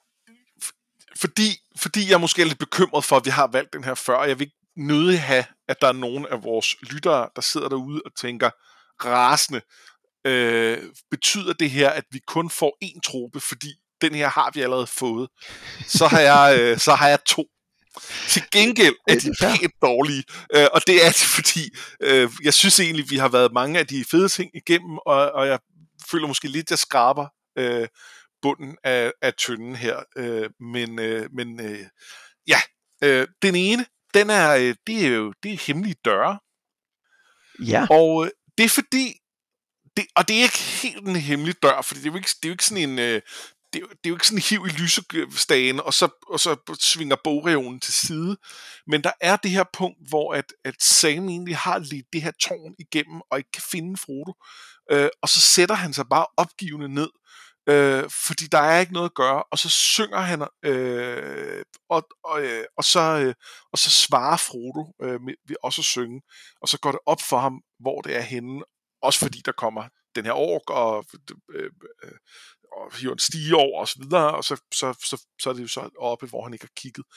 Fordi, fordi jeg måske er lidt bekymret for, at vi har valgt den her før, og jeg vil ikke nødig have, at der er nogen af vores lyttere, der sidder derude og tænker rasende, Øh, betyder det her, at vi kun får én trope, fordi den her har vi allerede fået, så har jeg, øh, så har jeg to. Til gengæld er de pænt dårlige, øh, og det er det, fordi øh, jeg synes egentlig, vi har været mange af de fede ting igennem, og, og jeg føler måske lidt, at jeg skraber øh, bunden af, af tynden her. Øh, men øh, men øh, ja, øh, den ene, den er, øh, det er jo det er hemmelige døre. Ja. Og øh, det er fordi, Det, og det er ikke helt en hemmelig dør, fordi det er jo ikke, det er jo ikke sådan en, øh, det, er, det er jo ikke sådan en hiv i lysestagen, og så, og så svinger bogreolen til side. Men der er det her punkt, hvor at, at Sam egentlig har lidt det her tårn igennem, og ikke kan finde Frodo. Øh, og så sætter han sig bare opgivende ned, øh, fordi der er ikke noget at gøre, og så synger han, øh, og, og, øh, og, så, øh, og så svarer Frodo øh, med, ved også at synge, og så går det op for ham, hvor det er henne, også fordi der kommer den her ork, og, øh, øh, og hiver en stige over, og så videre, og så, så, så, så er det jo så oppe, hvor han ikke har kigget.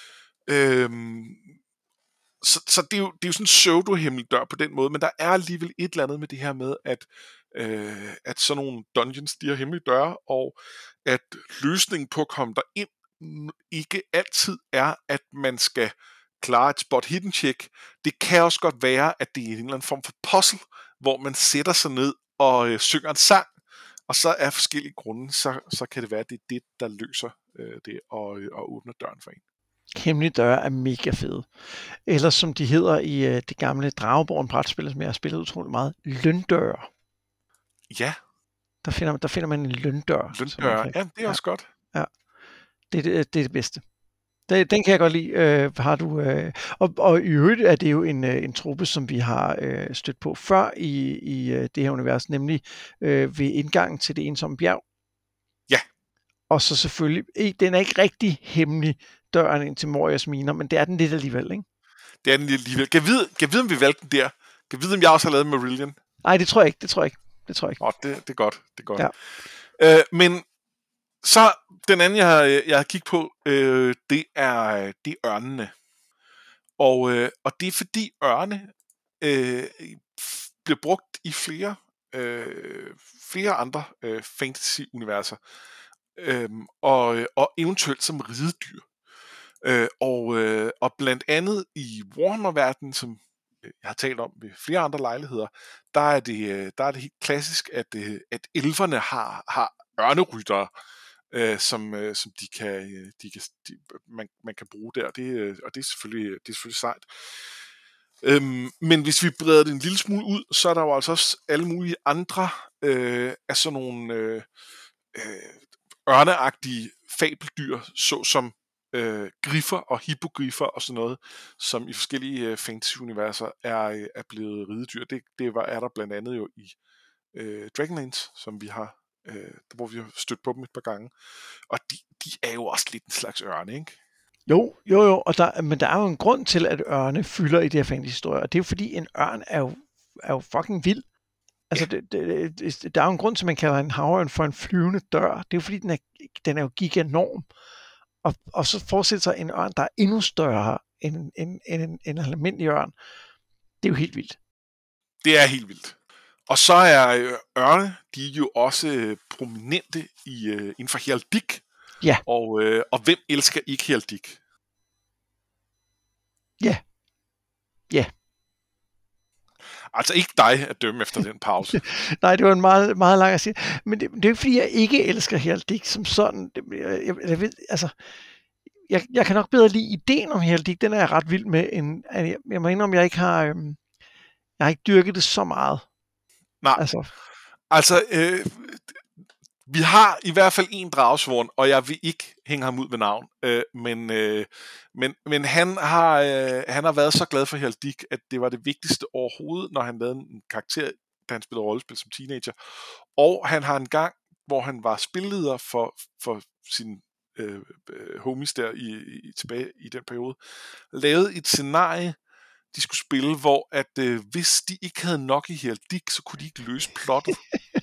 Øhm, så, så det er jo, det er jo sådan en pseudo-hemmelig dør på den måde, men der er alligevel et eller andet med det her med, at, øh, at sådan nogle dungeons, de har hemmelige døre, og at løsningen på at komme derind ikke altid er, at man skal klare et spot hidden check. Det kan også godt være, at det er en eller anden form for puzzle, hvor man sætter sig ned og øh, synger en sang, og så af forskellige grunde, så, så kan det være, at det er det, der løser øh, det og, øh, og åbner døren for en. Hemmelige døre er mega fede. Eller som de hedder i øh, det gamle Drageborgen brætspil, som jeg har spillet utroligt meget, løndøre. Ja. Der finder, der finder man en løndør. Løndør, kan... ja, det er ja. også godt. Ja, det, det, det er det bedste. Det, den kan jeg godt lide. Øh, har du, øh, og, og i øvrigt er det jo en, en truppe, som vi har øh, stødt på før i, i øh, det her univers, nemlig øh, ved indgangen til det ensomme bjerg. Ja. Og så selvfølgelig, den er ikke rigtig hemmelig, døren ind til Morias miner, men det er den lidt alligevel, ikke? Det er den lidt alligevel. Kan jeg vide, kan jeg vide om vi valgte den der? Kan jeg vide, om jeg også har lavet Marillion? Nej, det tror jeg ikke. Det tror jeg ikke. Det tror jeg ikke. Åh, det, det er godt. Det er godt. Ja. Øh, men så den anden, jeg har, jeg har kigget på, øh, det, er, det er ørnene. Og, øh, og det er fordi ørne øh, bliver brugt i flere, øh, flere andre øh, fantasy-universer. Øh, og, og eventuelt som ridedyr. Øh, og, øh, og blandt andet i Warhammer-verdenen, som jeg har talt om ved flere andre lejligheder, der er det, der er det helt klassisk, at, at elverne har, har ørneryttere, øh, som, øh, som de kan, de kan de, man, man kan bruge der, det, og det er selvfølgelig, det er selvfølgelig sejt. Øhm, men hvis vi breder det en lille smule ud, så er der jo altså også alle mulige andre øh, af sådan nogle øh, øh, ørneagtige fabeldyr, såsom øh, griffer og hippogriffer og sådan noget, som i forskellige øh, fantasy-universer er, er blevet ridedyr. Det, det var, er der blandt andet jo i øh, Dragonlance, som vi har, øh, hvor vi har stødt på dem et par gange. Og de, de er jo også lidt en slags ørne, ikke? Jo, jo, jo, og der, men der er jo en grund til, at ørne fylder i de her fantasy-historier, og det er jo fordi, en ørn er jo, er jo fucking vild. Altså, det, det, det, der er jo en grund til, at man kalder en havørn for en flyvende dør. Det er jo fordi, den er, den er jo giganorm. Og, og så forestiller sig en ørn, der er endnu større end, end, end, end en, en almindelig ørn. Det er jo helt vildt. Det er helt vildt. Og så er ørne, de er jo også prominente i, uh, inden for heraldik. Ja. Og, uh, og hvem elsker ikke heraldik? Ja. Ja. Altså ikke dig at dømme efter den pause. Nej, det var en meget, meget lang at sige. Men det, det er ikke, fordi jeg ikke elsker heraldik som sådan. Det, jeg, jeg, jeg ved, altså, jeg, jeg kan nok bedre lide ideen om heraldik. Den er jeg ret vild med. End, jeg, jeg må indrømme, jeg ikke har, øhm, jeg har ikke dyrket det så meget. Nej. Altså, altså øh, vi har i hvert fald en dragesvorn, og jeg vil ikke hænge ham ud ved navn. Øh, men, øh, men, men han har, øh, han har været så glad for heraldik, at det var det vigtigste overhovedet, når han lavede en karakter, da han spillede rollespil som teenager. Og han har en gang, hvor han var spilleder for, for sin øh, øh, homies der i, i, tilbage i den periode, lavet et scenarie, de skulle spille, hvor at øh, hvis de ikke havde nok i heraldik, så kunne de ikke løse plottet.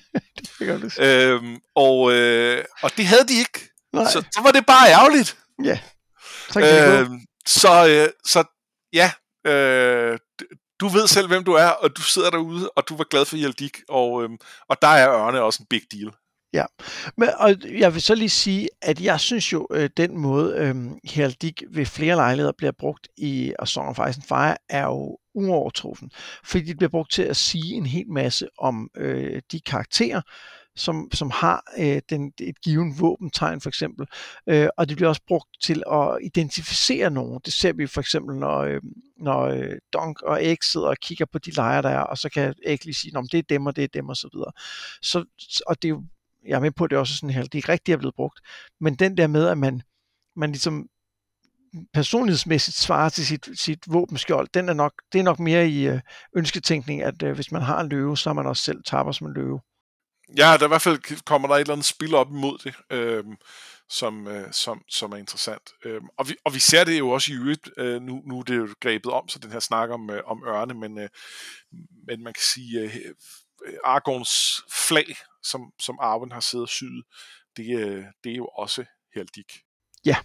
det øhm, og, øh, og det havde de ikke. Nej. Så, så var det bare ærgerligt. Ja. Så, øh, så, øh, så ja, øh, du ved selv, hvem du er, og du sidder derude, og du var glad for heraldik, og, øh, og der er ørne også en big deal. Ja, men og jeg vil så lige sige, at jeg synes jo, øh, den måde øh, heraldik ved flere lejligheder bliver brugt i A Song of Ice and Fire, er jo uovertruffen. Fordi det bliver brugt til at sige en hel masse om øh, de karakterer, som, som har øh, den, et given våbentegn for eksempel. Øh, og det bliver også brugt til at identificere nogen. Det ser vi for eksempel, når, øh, når øh, Dunk og Egg sidder og kigger på de lejre, der er, og så kan Egg lige sige, om det er dem, og det er dem, og så videre. Så, og det er jo jeg er med på, at det også er sådan her, det er rigtigt er blevet brugt, men den der med, at man, man ligesom personlighedsmæssigt svarer til sit, sit våbenskjold, den er nok, det er nok mere i øh, ønsketænkning, at øh, hvis man har en løve, så er man også selv tapper som en løve. Ja, der i hvert fald kommer der et eller andet spil op imod det, øh, som, øh, som, som er interessant. Øh, og, vi, og vi ser det jo også i øvrigt, øh, nu, nu er det jo grebet om, så den her snak om, øh, om ørne, men, øh, men man kan sige, øh, Aragorns flag, som, som Arwen har siddet og syet, det, øh, det er jo også Heldik. Ja.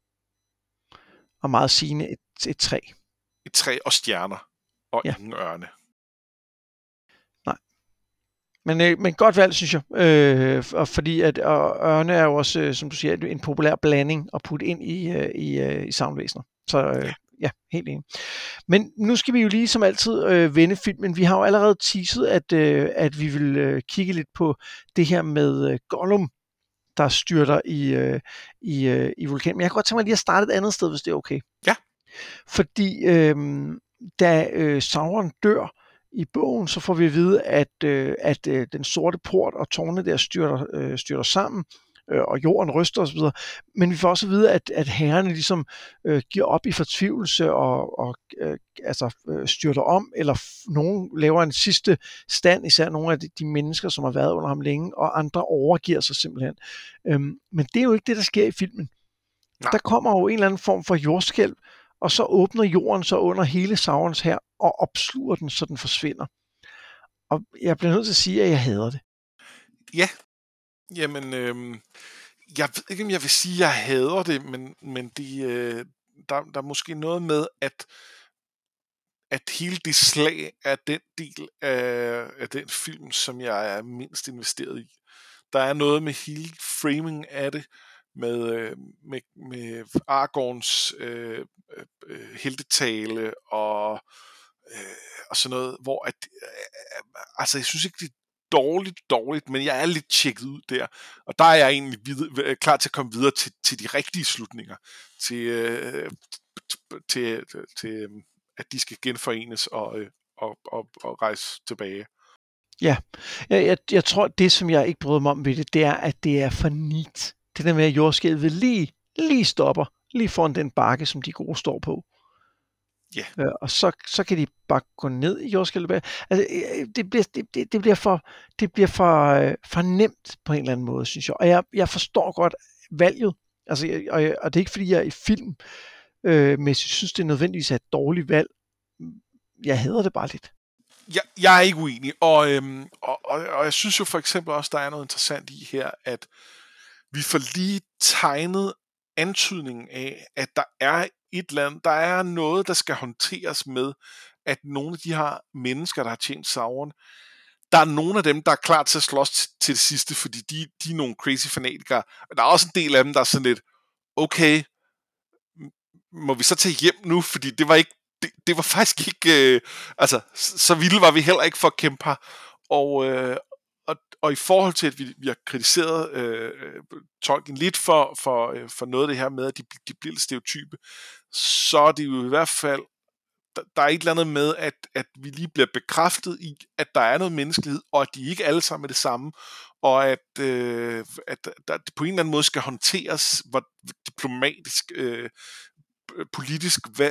Og meget sigende et, et træ. Et træ og stjerner, og ja. ingen ørne. Nej. Men, øh, men godt valg, synes jeg. Øh, og fordi at og ørne er jo også, øh, som du siger, en populær blanding at putte ind i, øh, i, øh, i savnvæsener. Så øh, ja. ja, helt enig. Men nu skal vi jo lige som altid øh, vende filmen. Vi har jo allerede teaset, at, øh, at vi vil øh, kigge lidt på det her med øh, Gollum, der styrter i, øh, i, øh, i vulkanen. Men jeg kan godt tænke mig lige at starte et andet sted, hvis det er okay. Ja. Fordi øh, da øh, Sauron dør i bogen, så får vi at vide, at, øh, at øh, den sorte port og tårne der styrter, øh, styrter sammen, øh, og jorden ryster osv. Men vi får også at vide, at, at herrerne ligesom øh, giver op i fortvivlelse og, og øh, altså, øh, styrter om, eller f- nogen laver en sidste stand, især nogle af de, de mennesker, som har været under ham længe, og andre overgiver sig simpelthen. Øhm, men det er jo ikke det, der sker i filmen. Nej. Der kommer jo en eller anden form for jordskælv, og så åbner jorden så under hele Saurons hær og opsluger den, så den forsvinder. Og jeg bliver nødt til at sige, at jeg hader det. Ja, jamen, øh, jeg ved ikke, om jeg vil sige, at jeg hader det, men, men de, øh, der, der er måske noget med, at, at hele det slag er den del af, af den film, som jeg er mindst investeret i. Der er noget med hele framing af det, med, med, med Aragorns øh, øh, heltetale og, øh, og sådan noget, hvor at, øh, altså jeg synes ikke, det er dårligt, dårligt, men jeg er lidt tjekket ud der, og der er jeg egentlig videre, klar til at komme videre til, til de rigtige slutninger, til, øh, til, til, til at de skal genforenes og, og, og, og rejse tilbage. Ja, jeg, jeg, jeg tror, det som jeg ikke bryder mig om ved det, det er, at det er for neat. Det der med, at jordskælvet lige, lige stopper, lige foran den bakke, som de gode står på. Ja. Yeah. Og så, så kan de bare gå ned i jordskælvet. Altså, det bliver, det, det, det bliver, for, det bliver for, for nemt på en eller anden måde, synes jeg. Og jeg, jeg forstår godt valget. Altså, jeg, og, jeg, og det er ikke, fordi jeg er i film, øh, men jeg synes, det er nødvendigvis et dårligt valg. Jeg hader det bare lidt. Jeg, jeg er ikke uenig, og, øhm, og, og, og jeg synes jo for eksempel også, der er noget interessant i her, at vi får lige tegnet antydningen af, at der er et eller andet, der er noget, der skal håndteres med, at nogle af de her mennesker, der har tjent Sauron, der er nogle af dem, der er klar til at slås til, til det sidste, fordi de, de er nogle crazy fanatikere, og der er også en del af dem, der er sådan lidt, okay, må vi så tage hjem nu, fordi det var ikke Det, det var faktisk ikke, øh, altså, så vilde var vi heller ikke for at kæmpe her. Og, øh, og, og i forhold til, at vi, vi har kritiseret øh, Tolkien lidt for, for, øh, for noget af det her med, at de, de bliver lidt stereotype, så er det jo i hvert fald, der, der er et eller andet med, at, at vi lige bliver bekræftet i, at der er noget menneskelighed, og at de ikke alle sammen er det samme, og at, øh, at der på en eller anden måde skal håndteres hvor diplomatisk, øh, politisk, hvad,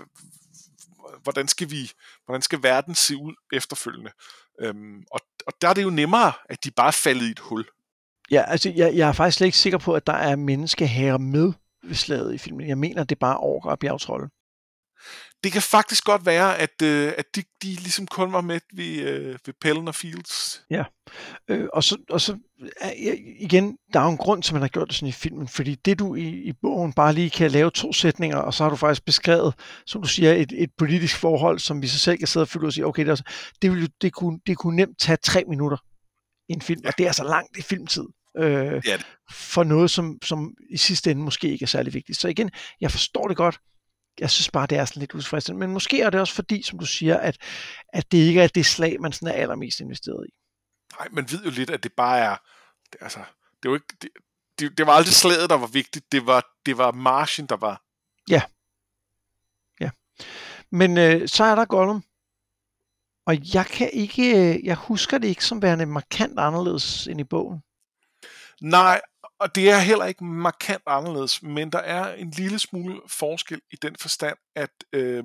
hvordan skal vi, hvordan skal verden se ud efterfølgende? Øhm, og, og der er det jo nemmere, at de bare er faldet i et hul. Ja, altså jeg, jeg er faktisk slet ikke sikker på, at der er menneskeherrer med ved slaget i filmen. Jeg mener, det er bare orker og bjergtrolde. Det kan faktisk godt være, at, øh, at de, de ligesom kun var med ved, øh, ved Pelennor Fields. Ja, øh, og så, og så igen, der er jo en grund til, at man har gjort det sådan i filmen, fordi det du i, i bogen bare lige kan lave to sætninger, og så har du faktisk beskrevet, som du siger, et, et politisk forhold, som vi så selv kan sidde og følge og sige, okay, det, er, det, ville, det, kunne, det kunne nemt tage tre minutter i en film, ja. Og det er så langt i filmtid. Øh, ja. For noget, som, som i sidste ende måske ikke er særlig vigtigt. Så igen, jeg forstår det godt. Jeg synes bare, det er sådan lidt utilfredsstillende. Men måske er det også fordi, som du siger, at, at det ikke er det slag, man sådan er allermest investeret i. Nej, man ved jo lidt, at det bare er... Det, altså, det, var ikke, det, det, det var aldrig slaget, der var vigtigt. Det var, det var marchen, der var... Ja. Ja. Men øh, så er der Gollum. Og jeg kan ikke... Jeg husker det ikke som værende markant anderledes end i bogen. Nej, og det er heller ikke markant anderledes, men der er en lille smule forskel i den forstand, at, øh,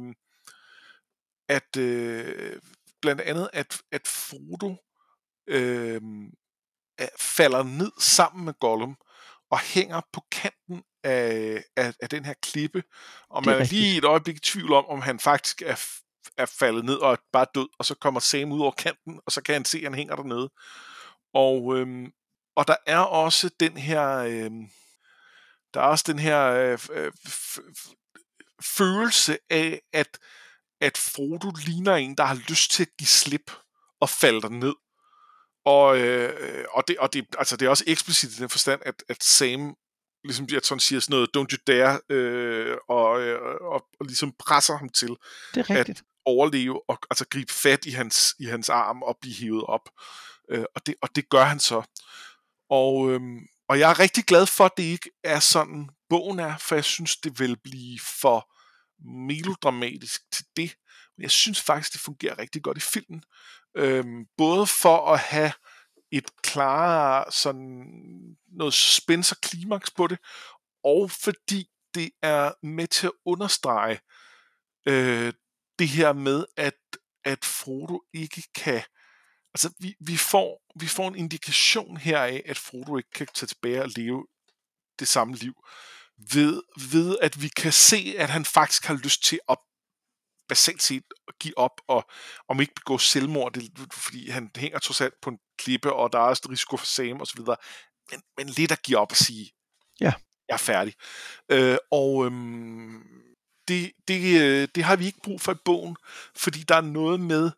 at øh, blandt andet, at, at Frodo øh, falder ned sammen med Gollum og hænger på kanten af, af, af den her klippe, og man er lige i et øjeblik i tvivl om, om han faktisk er, er faldet ned og er bare død, og så kommer Sam ud over kanten, og så kan han se, at han hænger dernede. Og, øhm, og der er også den her, øhm, der er også den her øh, f- f- følelse af, at, at Frodo ligner en, der har lyst til at give slip og falde derned. Og, øh, og, det, og det, altså det er også eksplicit i den forstand, at, at Sam ligesom jeg sådan siger sådan noget, don't you dare, øh, og, øh, og, og ligesom presser ham til Det er at rigtigt. overleve, og altså gribe fat i hans, i hans arm og blive hævet op. Øh, og, det, og det gør han så. Og, øhm, og jeg er rigtig glad for, at det ikke er sådan, bogen er, for jeg synes, det vil blive for melodramatisk til det. Men jeg synes faktisk, det fungerer rigtig godt i filmen. Øhm, både for at have et klarere sådan noget suspense og klimaks på det, og fordi det er med til at understrege øh, det her med, at, at Frodo ikke kan. Altså, vi, vi, får, vi får en indikation her af, at Frodo ikke kan tage tilbage og leve det samme liv, ved, ved at vi kan se, at han faktisk har lyst til at basalt set at give op, og om ikke begå selvmord, det, fordi han hænger trods alt på en klippe, og der er også risiko for Sam, og så videre. Men, men lidt at give op og sige, Ja. Jeg er færdig. Øh, og øhm, det, det, det har vi ikke brug for i bogen, fordi der er noget med,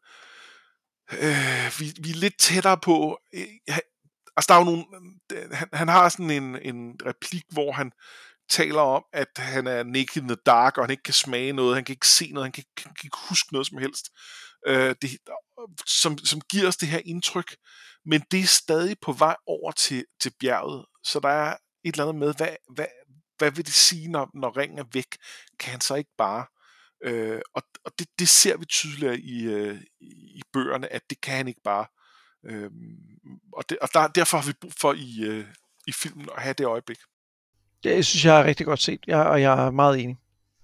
øh, vi, vi er lidt tættere på, øh, altså der er jo nogle, han, han har sådan en, en replik, hvor han taler om, at han er naked in the dark, og han ikke kan smage noget, han kan ikke se noget, han kan, kan ikke huske noget som helst, øh, det, som, som giver os det her indtryk, men det er stadig på vej over til, til bjerget, så der er et eller andet med, hvad, hvad, hvad vil det sige, når, når ringen er væk? Kan han så ikke bare? Øh, og og det, det ser vi tydeligt i, øh, i bøgerne, at det kan han ikke bare. Øh, og det, og der, derfor har vi brug for i, øh, i filmen at have det øjeblik. Det synes jeg er rigtig godt set, jeg, og jeg er meget enig.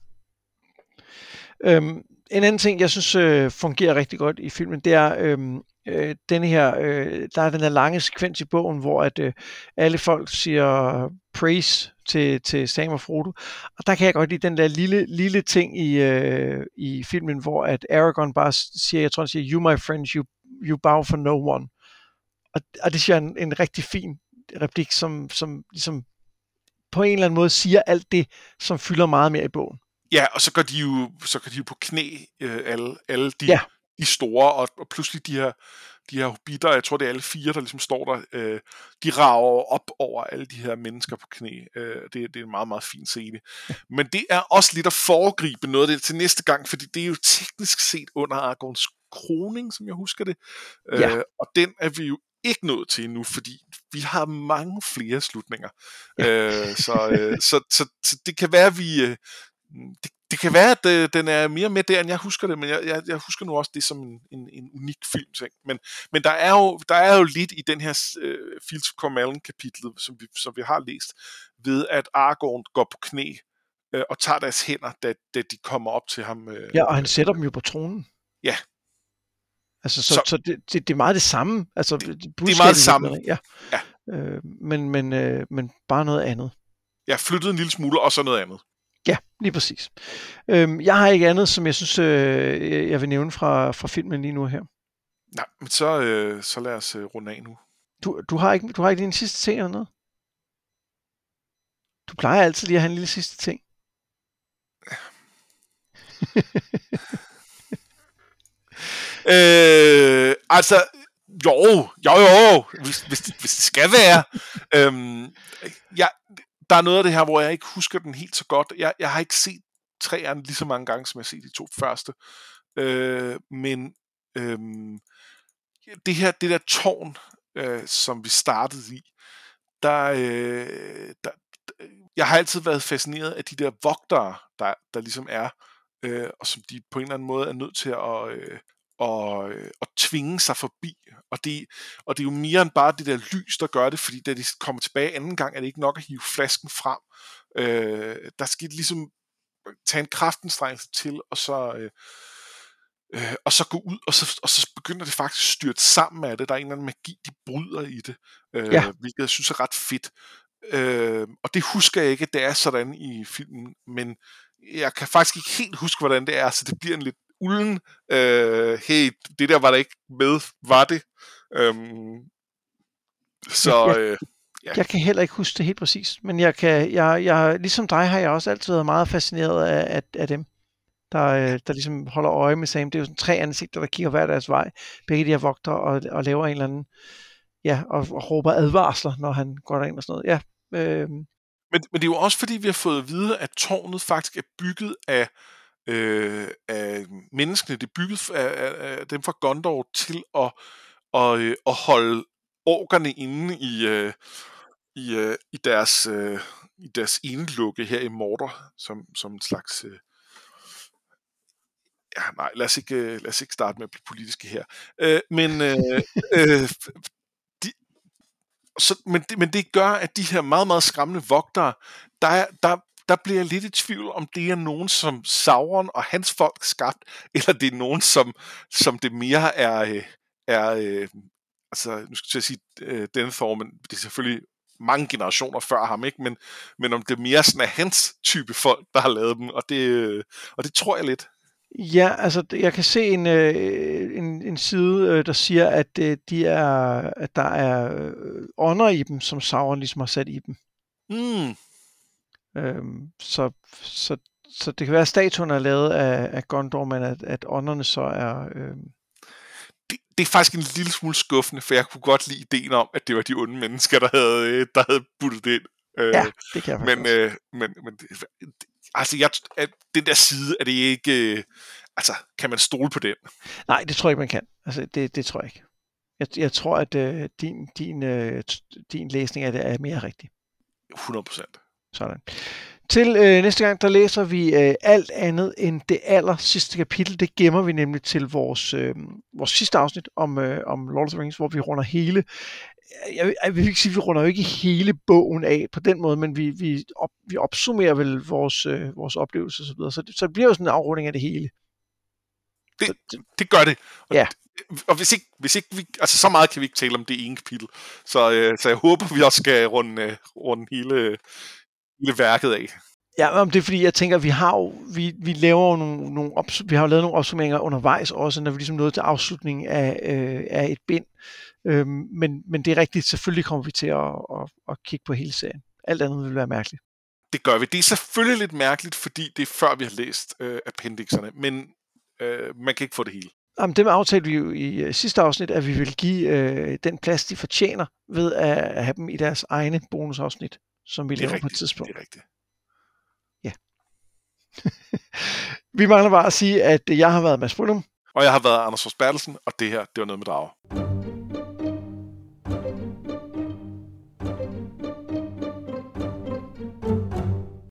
Øhm, en anden ting, jeg synes øh, fungerer rigtig godt i filmen, det er øhm, øh, den her, øh, der er den her lange sekvens i bogen, hvor at øh, alle folk siger praise til, til Sam og Frodo, og der kan jeg godt lide den der lille, lille ting i, øh, i filmen, hvor at Aragorn bare siger, jeg tror han siger, you my friends, you, you bow for no one, og, og det synes jeg er en, en rigtig fin replik, som, som ligesom på en eller anden måde siger alt det, som fylder meget mere i bogen. Ja, og så går de jo, så går de jo på knæ, øh, alle, alle de, Ja. de store, og, og pludselig de her, de her hobitter, jeg tror det er alle fire, der ligesom står der, øh, de rager op over alle de her mennesker på knæ. Øh, det, det er en meget, meget fin scene. Ja. Men det er også lidt at foregribe noget af det til næste gang, fordi det er jo teknisk set under Aragorns kroning, som jeg husker det. Ja. Øh, og den er vi jo ikke nået til endnu, fordi vi har mange flere slutninger. Ja. Øh, så, øh, så, så, så det kan være, at vi... Øh, Det, det kan være, at øh, den er mere med der, end jeg husker det, men jeg, jeg, jeg husker nu også det som en, en, en unik filmting. Men, men der, er jo, der er jo lidt i den her øh, Fields of Cornwall-kapitlet, som vi, som vi har læst, ved at Aragorn går på knæ øh, og tager deres hænder, da, da de kommer op til ham. Øh, ja, og han sætter dem jo på tronen. Ja. Altså, så, så, så det, det, det er meget det samme. Altså, det, det er meget det samme. Ja. Ja. Øh, men, men, øh, men bare noget andet. Ja, flyttet en lille smule, og så noget andet. Ja, lige præcis. Øhm, jeg har ikke andet, som jeg synes, øh, jeg vil nævne fra, fra filmen lige nu her. Nej, men så, øh, så lad os øh, runde af nu. Du, du, har ikke, du har ikke lige en sidste ting eller noget? Du plejer altid lige at have en lille sidste ting. øh, altså, jo, jo, jo, hvis, hvis, hvis det skal være. øhm, jeg, der er noget af det her, hvor jeg ikke husker den helt så godt. Jeg, jeg har ikke set træerne lige så mange gange, som jeg har set de to første. Øh, men øh, det her, det der tårn, øh, som vi startede i, der, øh, der, jeg har altid været fascineret af de der vogtere, der, der ligesom er, øh, og som de på en eller anden måde er nødt til at, øh, og, øh, og tvinge sig forbi. Og det, og det er jo mere end bare det der lys, der gør det, fordi da de kommer tilbage anden gang, er det ikke nok at hive flasken frem. Øh, der skal ligesom tage en kraftanstrengelse til, og så, øh, øh, og så gå ud, og så, og så begynder det faktisk at styrte sammen af det. Der er en eller anden magi, de bryder i det, øh, Ja. hvilket jeg synes er ret fedt. Øh, og det husker jeg ikke, at det er sådan i filmen, men jeg kan faktisk ikke helt huske, hvordan det er, så det bliver en lidt ulden, øh, hey, det der var der ikke med, var det? Øhm, så, jeg, øh, ja. jeg kan heller ikke huske det helt præcis, men jeg kan, jeg, jeg, ligesom dig har jeg også altid været meget fascineret af, af, af dem, der, øh, der ligesom holder øje med Sam. Det er jo sådan tre ansigter, der kigger hver deres vej. Begge de her vogter og, og laver en eller anden, ja, og, og råber advarsler, når han går derind og sådan noget. Ja, øh, Men, men det er jo også fordi, vi har fået at vide, at tårnet faktisk er bygget af, øh, af menneskene. Det er bygget af, af, af dem fra Gondor til at, og, øh, at holde orkerne inde i, øh, i, øh, i deres, øh, i deres indelukke her i Mordor, som, som en slags... Øh, ja, nej, lad os, ikke, øh, lad os ikke starte med at blive politiske her. Øh, men... Øh, øh, Så, men, det, men det gør, at de her meget, meget skræmmende vogtere, der, der, der bliver jeg lidt i tvivl, om det er nogen, som Sauron og hans folk skabt, eller det er nogen, som, som det mere er, er øh, altså, nu skal jeg sige øh, Denethor, men det er selvfølgelig mange generationer før ham, ikke? Men, men om det mere sådan er hans type folk, der har lavet dem, og det, øh, og det tror jeg lidt. Ja, altså jeg kan se en, øh, en, en side, øh, der siger, at, øh, de er, at der er øh, ånder i dem, som Sauron ligesom har sat i dem. Mm. Øhm, så, så, så det kan være, at statuen er lavet af, af Gondor, men at, at ånderne så er... Øh... Det, det er faktisk en lille smule skuffende, for jeg kunne godt lide ideen om, at det var de onde mennesker, der havde, der havde puttet det ind. Ja, det kan jeg faktisk men, øh, men, men altså, jeg, at den der side, er det ikke... Øh, altså, kan man stole på den? Nej, det tror jeg ikke, man kan. Altså, det, det tror jeg ikke. Jeg, jeg tror, at øh, din, din, øh, din læsning af det er mere rigtig. hundrede procent. Sådan. Til øh, næste gang, der læser vi øh, alt andet end det aller sidste kapitel. Det gemmer vi nemlig til vores, øh, vores sidste afsnit om, øh, om Lord of the Rings, hvor vi runder hele... Jeg, jeg vil ikke sige, at vi runder jo ikke hele bogen af på den måde, men vi, vi, op, vi opsummerer vel vores, øh, vores oplevelser og så videre. Så det, så det bliver jo sådan en afrunding af det hele. Det, det, det gør det. Og, ja. og hvis ikke, hvis ikke vi, altså så meget kan vi ikke tale om det ene kapitel. Så, øh, så jeg håber, vi også skal runde, runde hele, hele værket af. Ja, men det er fordi, jeg tænker, vi har jo, vi, vi laver jo nogle, nogle ops, vi har jo lavet nogle opsummeringer undervejs også, når vi ligesom nåede til afslutningen af, øh, af et bind. Øhm, men, men det er rigtigt, selvfølgelig kommer vi til at, at, at kigge på hele serien. Alt andet vil være mærkeligt. Det gør vi. Det er selvfølgelig lidt mærkeligt, fordi det er før, vi har læst øh, appendixerne, men øh, man kan ikke få det hele. Jamen, det aftalte vi jo i øh, sidste afsnit, at vi vil give øh, den plads, de fortjener, ved at have dem i deres egne bonusafsnit, som vi laver rigtigt, på et tidspunkt. Det er rigtigt. Ja. Vi mangler bare at sige, at jeg har været Mads Brynum. Og jeg har været Anders Fors Bertelsen, og det her, det var noget med drager.